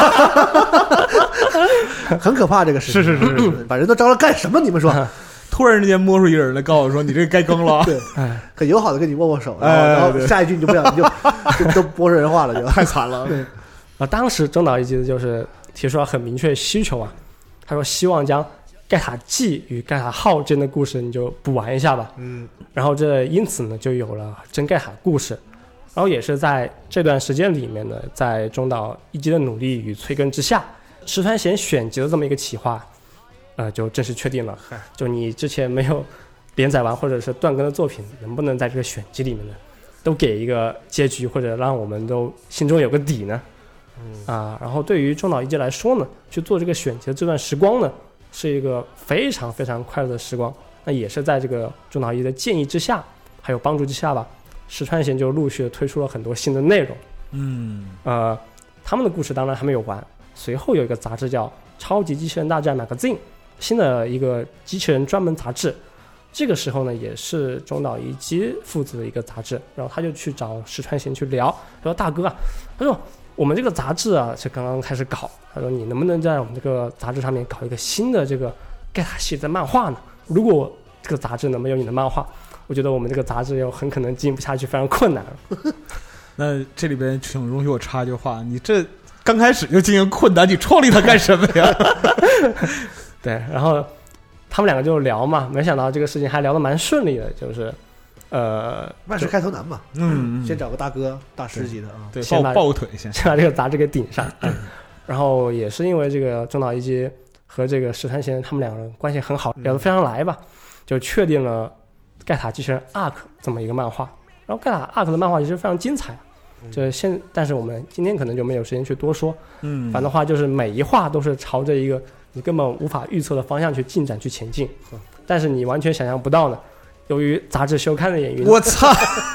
很可怕这个事情。 是， 把人都招了干什么？你们说？ 突然之间摸出一个人来告诉我说：“你这个该更了。” 对，很友好的跟你握握手，然后下一句你就不想，你就都不说人话了，就太惨了。 对，当时中岛一基就是提出了很明确的需求啊，他说希望将盖塔纪与盖塔号之间的故事你就补完一下吧。然后因此呢就有了真盖塔故事，然后也是在这段时间里面呢，在中岛一基的努力与催更之下，石川贤选集的这么一个企划就正式确定了。就你之前没有连载完或者是断更的作品，能不能在这个选集里面呢都给一个结局，或者让我们都心中有个底呢？然后对于中岛一基来说呢，去做这个选集的这段时光呢，是一个非常非常快乐的时光。那也是在这个中岛一基的建议之下，还有帮助之下吧，石川贤就陆续的推出了很多新的内容。他们的故事当然还没有完，随后有一个杂志叫《超级机器人大战 Magazine》，新的一个机器人专门杂志。这个时候呢，也是中岛一基负责的一个杂志，然后他就去找石川贤去聊，说大哥啊，他说我们这个杂志啊是刚刚开始搞，他说你能不能在我们这个杂志上面搞一个新的这个盖塔系的漫画呢？如果这个杂志呢没有你的漫画，我觉得我们这个杂志又很可能经营不下去，非常困难了。 那这里边请容许我插一句话，你这刚开始就经营困难，你创立它干什么呀？ 对，然后他们两个就聊嘛，没想到这个事情还聊得蛮顺利的，就是万事开头难嘛，先找个大哥大师级的啊， 对，抱个腿先把这个杂志给顶上。然后也是因为这个中岛一基和这个石川贤他们两个人关系很好，聊得非常来吧，就确定了盖塔机器人 ARC 这么一个漫画。然后盖塔 ARC 的漫画其实非常精彩，但是我们今天可能就没有时间去多说。反正的话就是每一话都是朝着一个你根本无法预测的方向去进展去前进，但是你完全想象不到呢，由于杂志休刊的原因， 我操，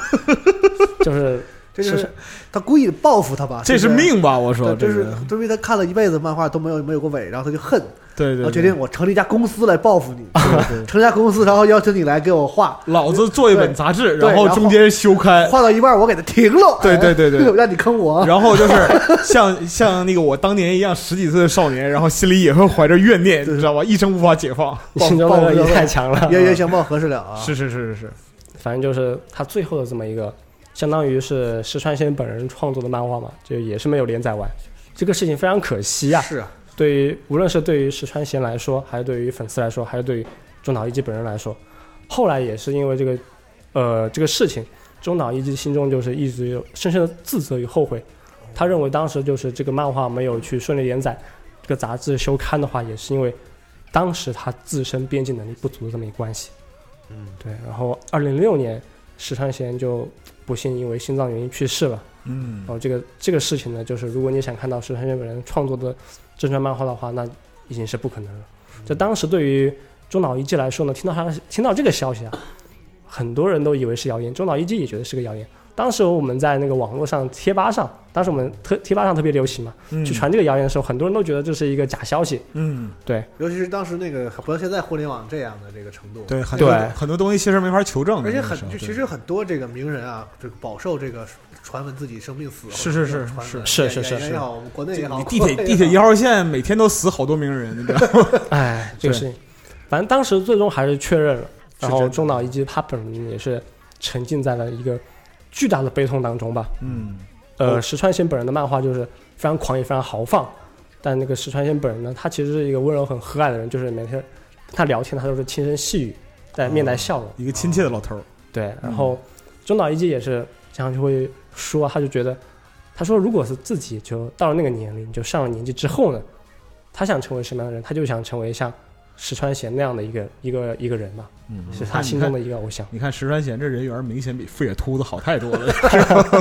就是他故意报复他吧， 这是命吧？我说， 就是因为他看了一辈子漫画都没有过尾，然后他就恨， 对， 然后决定我成立一家公司来报复你，成立一家公司，然后邀请你来给我画， 老子做一本杂志，然后中间休刊， 画到一半我给他停了， 对， 让你坑我， 然后就是像那个我当年一样10几岁的少年，然后心里也会怀着怨念，你知道吧？一生无法解放， 心中的恶意太强了， 冤冤相报何时了啊？ 是， 反正就是他最后的这么一个。相当于是石川贤本人创作的漫画嘛，就也是没有连载完，这个事情非常可惜啊。 是啊， 无论是对于石川贤来说，还是对于粉丝来说，还是对于中岛一基本人来说，后来也是因为这个事情，中岛一基心中就是一直有深深的自责与后悔。他认为当时就是这个漫画没有去顺利连载，这个杂志休刊的话，也是因为当时他自身编辑能力不足的这么一个关系。对。然后2006年，石川贤就不幸因为心脏原因去世了。然后这个事情呢，就是如果你想看到石川贤本人创作的正传漫画的话，那已经是不可能了。在当时对于中岛一基来说呢，听到这个消息啊，很多人都以为是谣言，中岛一基也觉得是个谣言。当时我们在那个网络上贴吧上，当时我们贴吧上特别流行嘛，去传这个谣言的时候，很多人都觉得这是一个假消息。对， 尤其是当时那个不像现在互联网这样的这个程度， 对，很多东西其实没法求证， 而且其实很多这个名人啊，这个饱受这个传闻自己生病死， 是， 也好，我们国内也好， 你地铁1号线每天都死好多名人，你知道吗？ 哎，这个事情，反正当时最终还是确认了，然后中岛一基他本人也是沉浸在了一个巨大的悲痛当中吧。石川贤本人的漫画就是非常狂野非常豪放，但那个石川贤本人呢，他其实是一个温柔很和蔼的人，就是每天跟他聊天他都是轻声细语，在面带笑容， 一个亲切的老头。 对，然后中岛一基也是这样就会说，他就觉得，他说如果是自己就到了那个年龄，就上了年纪之后呢，他想成为什么样的人，他就想成为像石川贤那样的一个人嘛，是他心中的一个偶像。 你看石川贤这人缘明显比富野秃子好太多了。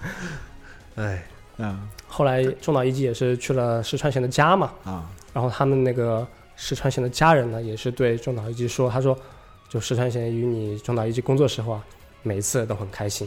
后来中岛一基也是去了石川贤的家嘛，然后他们那个石川贤的家人呢，也是对中岛一基说，他说就石川贤与你中岛一基工作时候啊，每一次都很开心，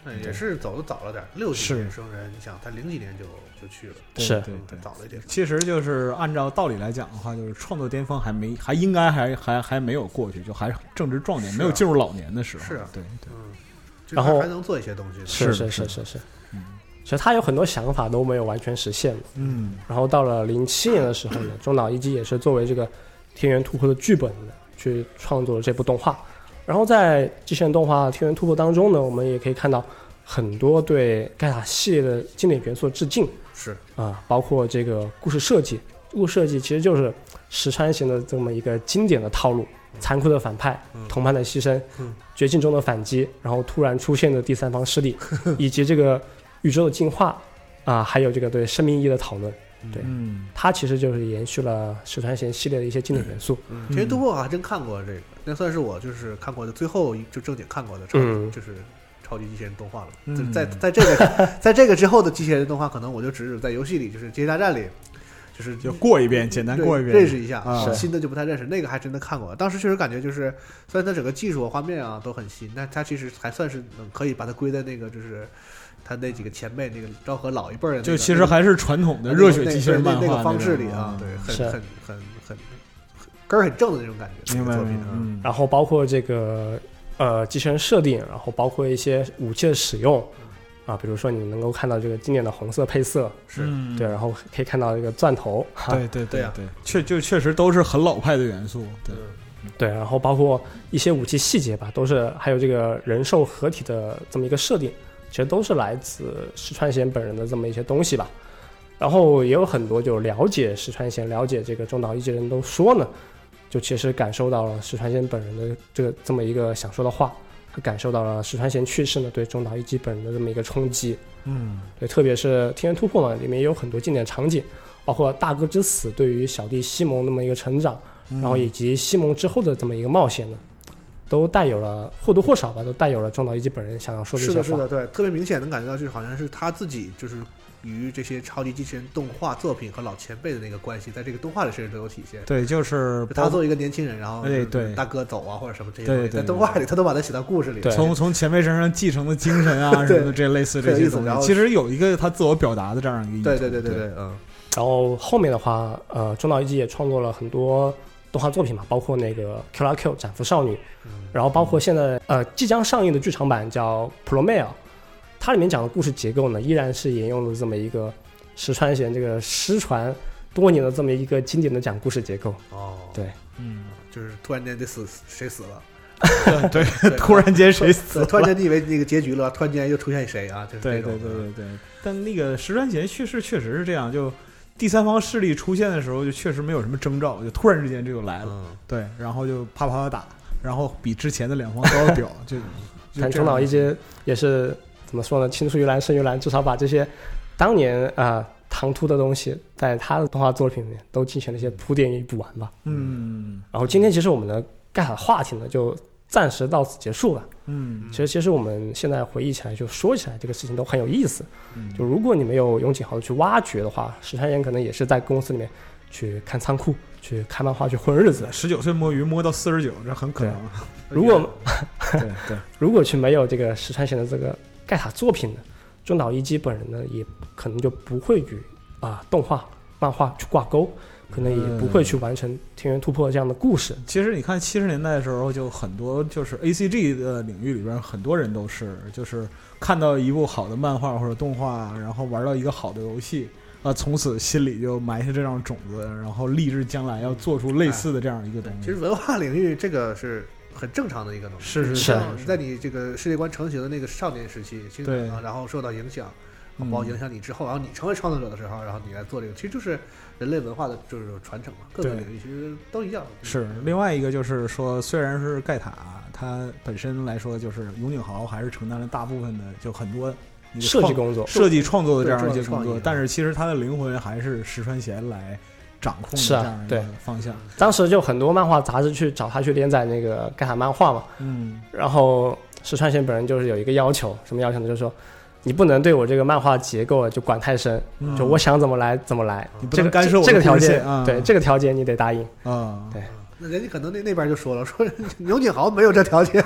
也是走的早了点，60几年生人，你想他0几年就去了， 是对， 早了一点。 其实就是按照道理来讲的话，就是创作巅峰还应该还没有过去，就还正值壮年，没有进入老年的时候。 是啊， 对， 然后还能做一些东西。 是。其实他有很多想法都没有完全实现。然后到了07年的时候呢，中岛一基也是作为这个天元突破的剧本呢，去创作了这部动画。然后在机器人动画《天元突破》当中呢，我们也可以看到很多对盖塔系列的经典元素致敬， 是包括这个故事设计其实就是石川贤的这么一个经典的套路：残酷的反派，同伴的牺牲，绝境中的反击，然后突然出现的第三方势力，以及这个宇宙的进化还有这个对生命意义的讨论。对，它其实就是延续了石川贤系列的一些经典元素。 天元突破我还真看过这个，那算是我就是看过的最后就正经看过的就是超级机器人动画了。在这个之后的机器人动画，可能我就只是在游戏里，就是街机大战里，就过一遍，简单过一遍， 认识一下新的就不太认识。那个还真的看过，当时确实感觉就是，虽然它整个技术画面都很新，但它其实还算是可以把它归在那个就是他那几个前辈那个昭和老一辈的， 就其实还是传统的热血机器人漫画那个方式里对，很根儿很正的那种感觉。 明白。 然后包括这个机器人设定，然后包括一些武器的使用比如说你能够看到这个经典的红色配色，对，然后可以看到这个钻头， 对，确实都是很老派的元素， 对，然后包括一些武器细节吧，都是还有这个人兽合体的这么一个设定。其实都是来自石川贤本人的这么一些东西吧，然后也有很多就了解石川贤、了解这个中岛一基人都说呢，就其实感受到了石川贤本人的这么一个想说的话，他感受到了石川贤去世呢对中岛一基本人的这么一个冲击。对，特别是《天元突破》呢，里面也有很多经典场景，包括大哥之死对于小弟西蒙那么一个成长，然后以及西蒙之后的这么一个冒险呢。都带有了或多或少吧，都带有了中岛一基本人想要说的一些话。 是的，对，特别明显能感觉到，就是好像是他自己就是与这些超级机器人动画作品和老前辈的那个关系，在这个动画里甚至都有体现。 对，就是他作为一个年轻人，然后对大哥走或者什么这些东西，在动画里他都把它写到故事里， 从前辈身上继承的精神什么的，这类似这些东西，其实有一个他自我表达的这样一个意图。 对， 然后后面的话，中岛一基也创作了很多动画作品嘛，包括那个 Q La Q 斩服少女，然后包括现在即将上映的剧场版叫 Promare， 它里面讲的故事结构呢，依然是沿用了这么一个石川贤这个失传多年的这么一个经典的讲故事结构。对， 就是突然间谁死了。 对，突然间谁死了？ 突然间你以为那个结局了，突然间又出现谁啊？就是对。但那个石川贤去世确实是这样，就第三方势力出现的时候，就确实没有什么征兆，就突然之间就来了。对，然后就啪啪打，然后比之前的两方都要屌。 但中岛一基也是怎么说呢？青出于蓝胜于蓝，至少把这些当年唐突的东西，在他的动画作品里面都进行了一些铺垫与补完吧。然后今天其实我们的盖塔话题呢，就暂时到此结束了。其实我们现在回忆起来，就说起来这个事情都很有意思。就如果你没有用井豪去挖掘的话，石川贤可能也是在公司里面去看仓库、去看漫画、去混日子。 19岁摸鱼摸到49，这很可能。 如果对， 如果去没有这个石川贤的这个盖塔作品呢，中岛一基本人呢也可能就不会与动画、漫画去挂钩。可能也不会去完成天元突破这样的故事。 其实你看70年代的时候，就很多就是 ACG 的领域里边，很多人都是就是看到一部好的漫画或者动画，然后玩到一个好的游戏，从此心里就埋下这样种子，然后立志将来要做出类似的这样一个东西。 其实文化领域这个是很正常的一个东西， 是在你这个世界观成型的那个少年时期， 对， 然后受到影响。包括影响你之后，然后你成为创作者的时候，然后你来做这个，其实就是人类文化的就是传承嘛，各个领域其实都一样。 是另外一个就是说，虽然是盖塔，它本身来说就是永井豪还是承担了大部分的就很多设计工作、 设计创作的这样一些工作，但是其实他的灵魂还是石川贤来掌控的这样一个方向。 当时就很多漫画杂志去找他去连载那个盖塔漫画嘛，然后石川贤本人就是有一个要求，什么要求呢？就是说，你不能对我这个漫画结构就管太深，就我想怎么来怎么来， 你不能干涉我这个条件，对这个条件你得答应。 对， 那人家可能那边就说了，说牛景豪没有这条件，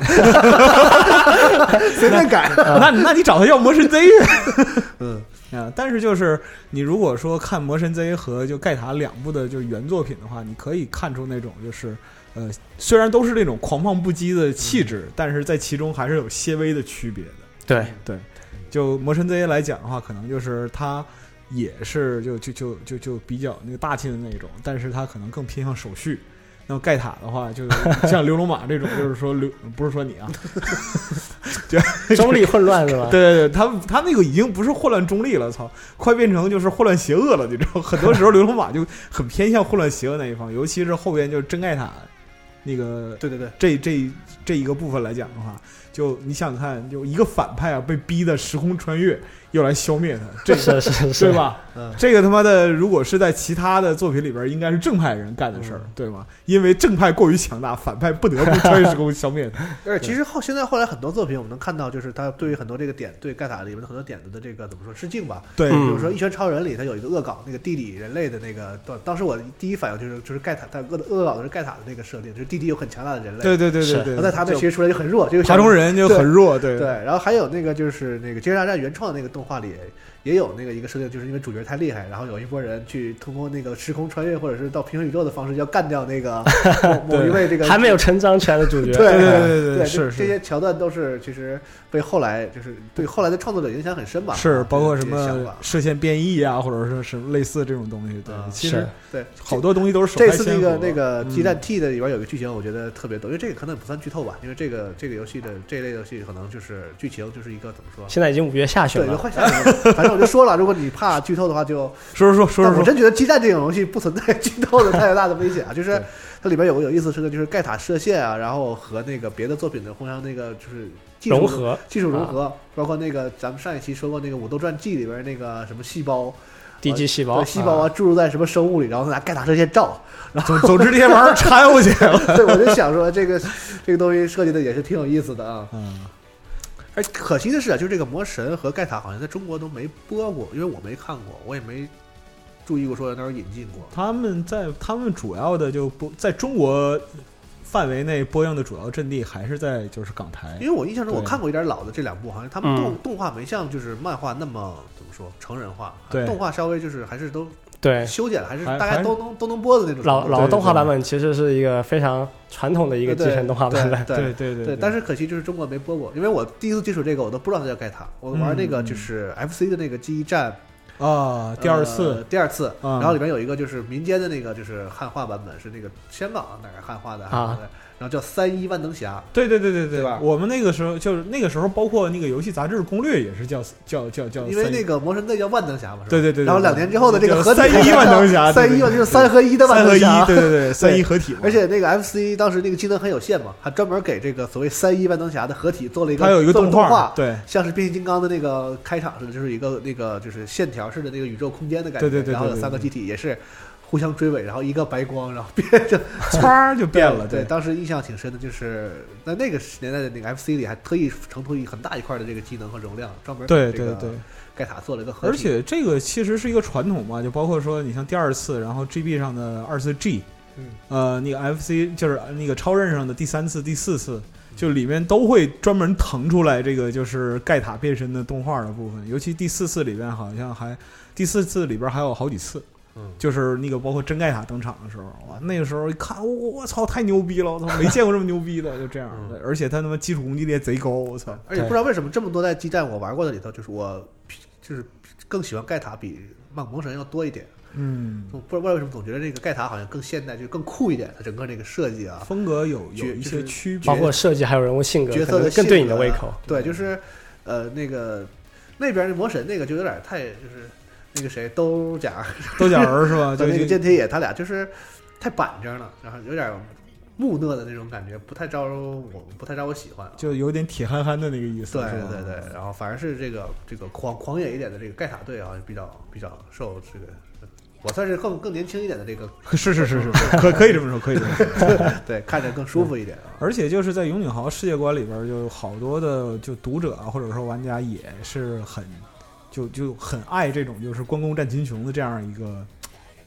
随便改。 那你找他要魔神 Z 但是就是你如果说看魔神 Z 和就盖塔两部的就是原作品的话，你可以看出那种就是虽然都是那种狂放不羁的气质，但是在其中还是有些微的区别的。对，就魔神 Z 来讲的话，可能就是它也是就比较那个大气的那种，但是它可能更偏向手续。那么盖塔的话，就是像刘龙马这种，就是说不是说你啊， 中立混乱是吧？ 对，他那个已经不是混乱中立了，操，快变成就是混乱邪恶了，你知道？很多时候刘龙马就很偏向混乱邪恶那一方，尤其是后边就是真盖塔那个， 对， 这一个部分来讲的话，就你想想看，就一个反派啊，被逼的时空穿越，要来消灭他，这个是对吧？这个他妈的，如果是在其他的作品里边，应该是正派人干的事儿，对吗？因为正派过于强大，反派不得不穿越时空消灭他。 而且其实现在后来很多作品，我们能看到，就是他对于很多这个对盖塔里面的很多点子的这个怎么说致敬吧？ 对， 比如说《一拳超人》里，他有一个恶搞那个地理人类的那个，当时我第一反应就是盖塔，他恶搞的是盖塔的那个设定，就是地底有很强大的人类。 对， 在他那其实出来就很弱，这个爬虫人就很弱，对。 然后还有那个就是那个《街车大战》原创的那个动画里。也有那个一个设定，就是因为主角太厉害，然后有一波人去通过那个时空穿越或者是到平行宇宙的方式，要干掉那个某一位这个还没有成长起来的主角。 对， 是这些桥段都是其实被后来就是对后来的创作者影响很深吧。 是包括什么射线变异啊，或者是什么类似这种东西。对，其实对好多东西都是手这次那个激战 T 的里边有个剧情，我觉得特别逗，因为这个可能不算剧透吧，因为这个游戏的这一类游戏可能就是剧情就是一个怎么说？ 现在已经5月下旬了， 对，快下旬了。反正我就说了，如果你怕剧透的话，就说。 我真觉得激战这种游戏不存在剧透的太大的危险啊，就是它里边有个有意思是个就是盖塔射线啊，然后和那个别的作品的互相那个就是技术融合，包括那个咱们上一期说过那个《武斗传记》里边那个什么细胞。 地基细胞， 细胞啊，注入在什么生物里，然后拿盖塔射线照，然后总之这些玩意儿掺和去了。 对，我就想说这个东西设计的也是挺有意思的啊。而可惜的是啊，就是这个魔神和盖塔好像在中国都没播过，因为我没看过，我也没注意过说那儿引进过。 他们主要的就不在中国范围内播映的主要阵地还是在就是港台， 因为我印象中我看过一点老的这两部，好像他们动画没像就是漫画那么怎么说成人化， 对， 动画稍微就是还是都对修剪了，还是大家都能播的那种。 老动画版本其实是一个非常传统的一个继承动画版本， 对。但是可惜就是中国没播过，因为我第一次接触这个我都不知道它叫盖塔，我玩那个就是 FC 的那个记忆战。第二次，然后里边有一个就是民间的那个就是汉化版本，是那个香港哪儿汉化的然后叫3.1万能侠， 对吧？ 我们那个时候就是那个时候，包括那个游戏杂志攻略也是叫， 因为那个魔神队叫万能侠嘛， 对。 然后2年之后的这个合体 3.1万能侠 ，3.1万就是3合1的万能侠， 对，3.1合体。 而且那个 FC 当时那个技能很有限嘛，还专门给这个所谓3.1万能侠的合体做了一个， 它有一个动画， 对， 像是变形金刚的那个开场似的，就是一个那个就是线条式的那个宇宙空间的感觉， 对， 然后有3个机体也是。互相追尾，然后一个白光，然后变成唰就变了。 对，当时印象挺深的，就是在那个年代的那个 FC 里，还特意腾出很大一块的这个技能和容量，专门对盖塔做了一个合体。 而且这个其实是一个传统嘛，就包括说你像第二次，然后 GB 上的24G，那个 FC 就是那个超任上的第3次、第4次，就里面都会专门腾出来这个就是盖塔变身的动画的部分，尤其第4次里边好像第4次里边还有好几次。就是那个包括真盖塔登场的时候，哇，那个时候一看，我操，太牛逼了！我操，没见过这么牛逼的，就这样的。而且他他妈基础攻击力也贼高，我操！ 而且不知道为什么这么多代激战我玩过的里头，就是我就是更喜欢盖塔比魔神要多一点。不知道为什么总觉得这个盖塔好像更现代，就更酷一点，它整个那个设计啊， 风格有一些区别， 包括设计还有人物性格， 角色的更对你的胃口。 对，就是那边的魔神那个就有点太就是。那个谁兜甲儿是吧？ 就那个剑铁野，他俩就是太板正了，然后有点木讷的那种感觉，不太招我喜欢， 就有点铁憨憨的那个意思。 对，然后反而是这个狂野一点的这个盖塔队啊，比较受这个，我算是更年轻一点的这个。 是，可以这么说，可以这么说。 对，看着更舒服一点。 而且就是在永井豪世界观里边，就好多的就读者啊，或者说玩家也是很。就很爱这种就是关公战秦琼的这样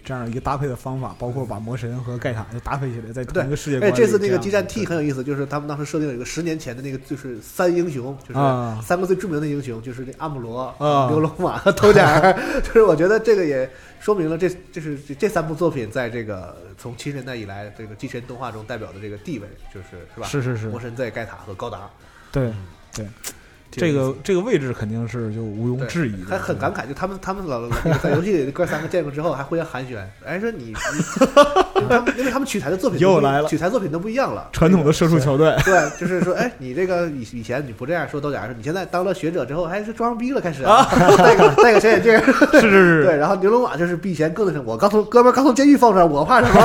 这样一个搭配的方法，包括把魔神和盖塔就搭配起来，在同一个世界观里。 这次那个激战 T 很有意思，就是他们当时设定了一个10年前的那个，就是3英雄，就是3个最著名的英雄，就是那阿姆罗、牛龙马和头点。就是我觉得这个也说明了这3部作品在这个从70年代以来这个机器人动画中代表的这个地位，是吧？ 是魔神 Z、盖塔和高达。 对。这个位置肯定是就毋庸置疑的， 还很感慨，就他们在游戏里的哥3个见过之后还互相寒暄，哎说你因为他们取材的作品又来了， 取材作品都不一样了， 传统的射术桥段， 对，就是说哎你这个以前你不这样说都假说，你现在当了学者之后还是装逼了，开始戴个小眼镜， 是对，然后牛龙马就是比以前更那什么，我哥们刚从监狱放出来，我怕什么？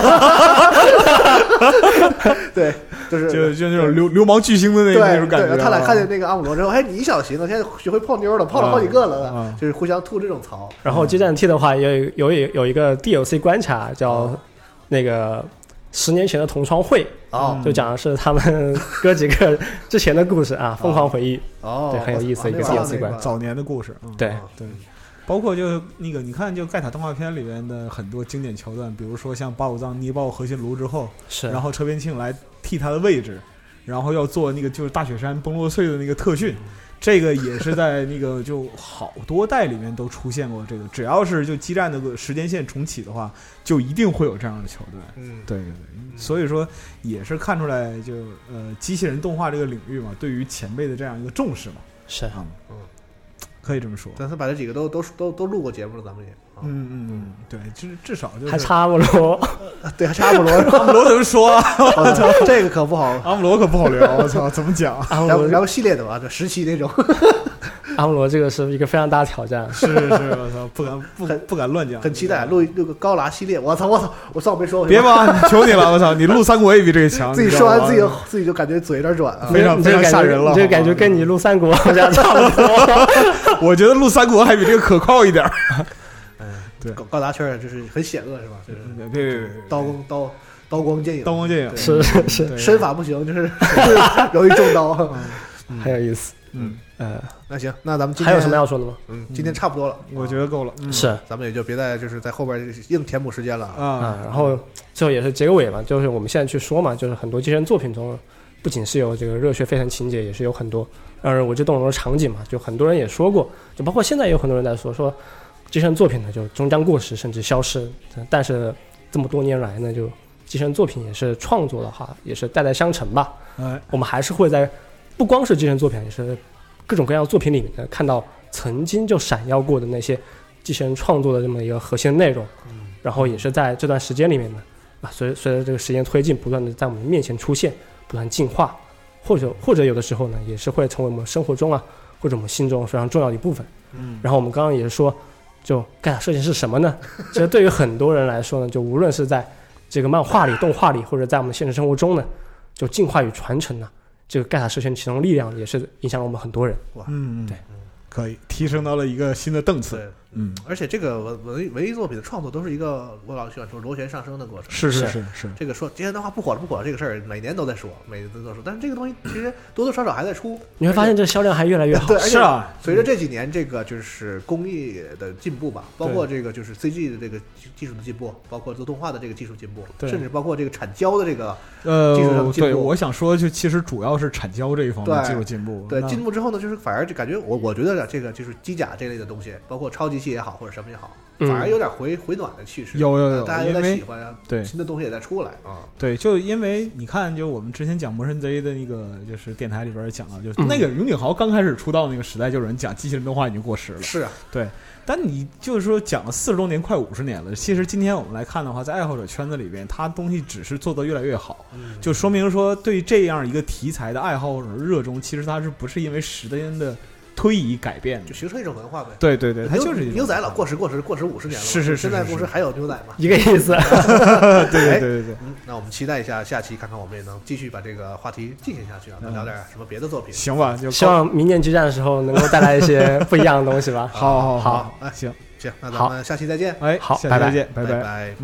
对， 就那种流氓巨星的那种感觉。 他俩看见那个阿姆罗之后，哎，你小行了，现在学会泡妞了，泡了好几个了，就是互相吐这种槽。 然后激战 T 的话，有一个 DLC 关卡叫那个10年前的同窗会，就讲的是他们哥几个之前的故事啊，疯狂回忆。对，很有意思的一个 DLC 关， 早年的故事。 对。 包括就那个，你看就盖塔动画片里面的很多经典桥段，比如说像八五藏捏爆核心炉之后，然后车边庆来替他的位置，然后要做那个就是大雪山崩落碎的那个特训，这个也是在那个就好多代里面都出现过。这个只要是就激战的时间线重启的话，就一定会有这样的桥段。对，所以说也是看出来就机器人动画这个领域嘛，对于前辈的这样一个重视嘛。 是可以这么说， 咱是把这几个都录过节目了，咱们也， 对，至少就是还差阿姆罗， 对，还差阿姆罗， 阿姆罗怎么说啊？ 我操，这个可不好， 阿姆罗可不好聊，我操，怎么讲？ 聊个系列的吧，这10期那种。 阿姆罗这个是一个非常大的挑战， 是，我操，不敢乱讲， 很期待录个高达系列。我操，我算我没说， 别吧，求你了，我操，你录三国也比这个强。 自己说完自己就感觉嘴有点软啊， 非常吓人了， 这个感觉跟你录三国好像差不多。 我觉得录三国还比这个可靠一点。 对，高达圈就是很险恶，是吧？就是对， 刀光剑影， 是， 身法不行，就是容易中刀， 很有意思。 那行，那咱们今天还有什么要说的吗？ 今天差不多了， 我觉得够了。 是， 咱们也就别再就是在后边硬填补时间了啊。然后最后也是结个尾嘛，就是我们现在去说嘛，就是很多机器人作品中，不仅是有这个热血沸腾情节，也是有很多让人为之动容的场景嘛。就很多人也说过，就包括现在也有很多人在说机器人作品呢就终将过时甚至消失。但是这么多年来呢，就机器人作品也是创作的话，也是代代相承吧。我们还是会在不光是机器人作品，也是各种各样的作品里面呢，看到曾经就闪耀过的那些机器人创作的这么一个核心内容。然后也是在这段时间里面呢，随着这个时间推进，不断的在我们面前出现，不断进化，或者有的时候呢，也是会成为我们生活中或者我们心中非常重要的一部分。然后我们刚刚也是说，就盖塔设计是什么呢？其实对于很多人来说呢，就无论是在这个漫画里、动画里，或者在我们现实生活中呢，就进化与传承呢，这个盖塔射线其中力量也是影响了我们很多人。对， 可以提升到了一个新的档次。 而且这个文艺作品的创作都是一个我老喜欢说螺旋上升的过程。 是。 这个说机器人动画不火这个事儿，每年都在说，每年都在说，但是这个东西其实多多少少还在出。 你会发现这销量还越来越好。 对， 是啊。 随着这几年这个就是工艺的进步吧，包括这个就是 CG 的这个技术的进步，包括做动画的这个技术进步，甚至包括这个产胶的这个技术上进步。 对，我想说就其实主要是产胶这一方面技术进步。 对，进步之后呢，就是反而就感觉我觉得这个就是机甲这类的东西，包括超机器也好或者什么也好。反而有点回暖的趋势， 有， 大家有点喜欢啊。 对， 新的东西也在出来啊。 对，就因为你看，就我们之前讲魔神贼的那个，就是电台里边讲了，就那个永井豪刚开始出道那个时代，就有人讲机器人动画已经过时了。 是啊， 对。但你就是说讲了40多年，快50年了。其实今天我们来看的话，在爱好者圈子里边，它东西只是做得越来越好，就说明说对这样一个题材的爱好者热衷，其实它是不是因为时间的推移改变， 就形成一种文化呗。 对，它就是牛仔老过时50年了。 是， 现在不是还有牛仔吗？ 一个意思。 对。 那我们期待一下下期，看看我们也能继续把这个话题进行下去啊，聊点什么别的作品。 行吧，就希望明年激战的时候能够带来一些不一样的东西吧。 好，行， 那咱们下期再见。 好， 下期再见，拜拜。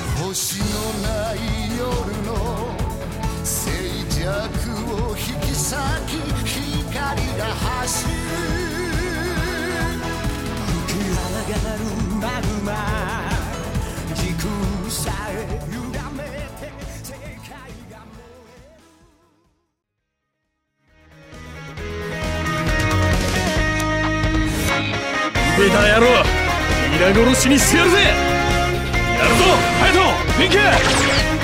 星のない夜の静寂を引き裂先光が走る吹き上がるマグマ時空さえ歪めて世界がベタ野郎皆殺しにしてやるぜやるぞ隼人リンク